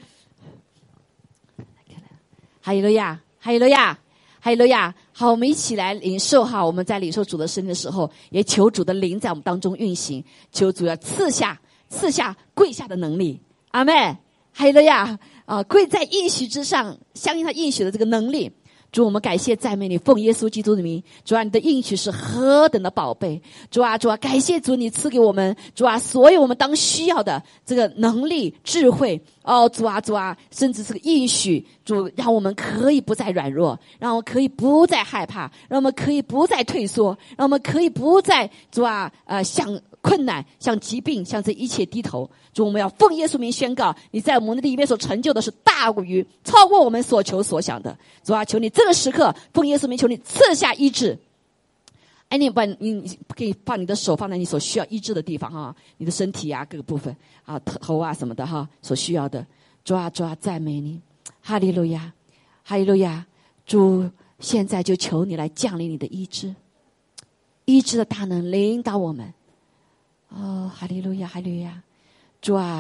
哈利路亚，哈利路亚。哈利路亚！好，我们一起来领受哈。我们在领受主的生命的时候，也求主的灵在我们当中运行，求主要赐下跪下的能力。阿们！哈利路亚！跪在应许之上，相信他应许的这个能力。主，我们感谢赞美你，奉耶稣基督的名。主啊，你的应许是何等的宝贝！主啊，感谢主，你赐给我们主啊，所有我们当需要的这个能力、智慧。主啊，甚至这个应许，主让我们可以不再软弱，让我们可以不再害怕，让我们可以不再退缩，让我们可以不再向困难、向疾病、向这一切低头。主，我们要奉耶稣名宣告，你在我们的里面所成就的是大于超过我们所求所想的。主啊，求你这个时刻奉耶稣名，求你赐下医治。你可以把你的手放在你所需要医治的地方你的身体各个部分头什么的所需要的。主啊，赞美你，哈利路亚，哈利路亚。主，现在就求你来降临你的医治的大能领导我们。哈利路亚，哈利路亚。主啊，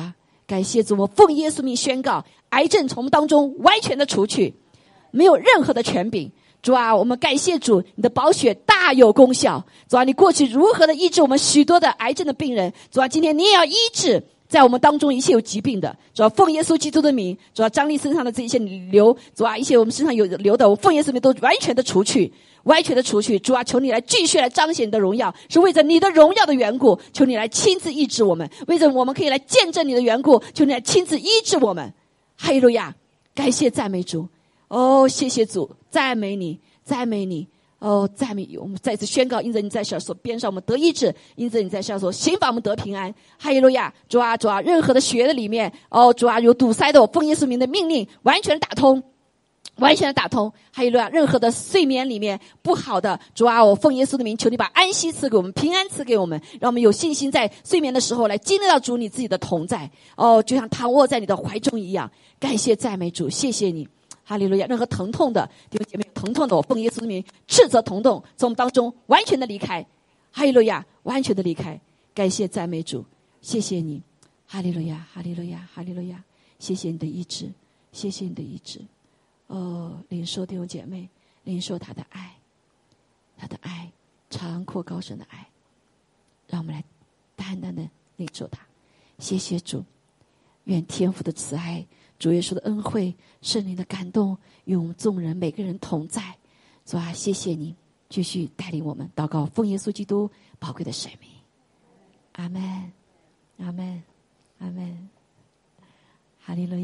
感谢主，我奉耶稣名宣告，癌症从我们当中完全的除去，没有任何的权柄。主啊，我们感谢主，你的宝血大有功效。主啊，你过去如何的医治我们许多的癌症的病人，主啊，今天你也要医治在我们当中一切有疾病的。主啊，奉耶稣基督的名，主啊，张力身上的这一些瘤，主啊，一些我们身上有瘤的，我奉耶稣名都完全的除去，完全的除去。主啊，求你来继续来彰显你的荣耀，是为着你的荣耀的缘故，求你来亲自医治我们，为着我们可以来见证你的缘故，求你来亲自医治我们。哈利路亚，感谢赞美主。哦，谢谢主，赞美你，赞美你。哦，赞美！我们再次宣告，因着你在小所边上，我们得医治；因着你在小所刑罚，我们得平安。哈利路亚！主啊，主啊，任何的血的里面，哦，主啊，有堵塞的，我奉耶稣名的命令，完全的打通，完全的打通。哈利路亚！任何的睡眠里面不好的，主啊，我奉耶稣的名，求你把安息赐给我们，平安赐给我们，让我们有信心在睡眠的时候来经历到主你自己的同在。哦，就像躺卧在你的怀中一样。感谢赞美主，谢谢你。哈利路亚！任何疼痛的弟兄姐妹，疼痛的，我奉耶稣的名斥责疼痛，从我们当中完全的离开。哈利路亚！完全的离开。感谢赞美主，谢谢你。哈利路亚！哈利路亚！哈利路亚！谢谢你的医治，谢谢你的医治。哦，领受弟兄姐妹，领受他的爱，他的爱，长阔高深的爱，让我们来单单的领受他。谢谢主，愿天父的慈爱，主耶稣的恩惠，圣灵的感动，与我们众人每个人同在。主啊，谢谢你继续带领我们祷告，奉耶稣基督宝贵的圣名。阿们，阿们，阿们。哈利路亚。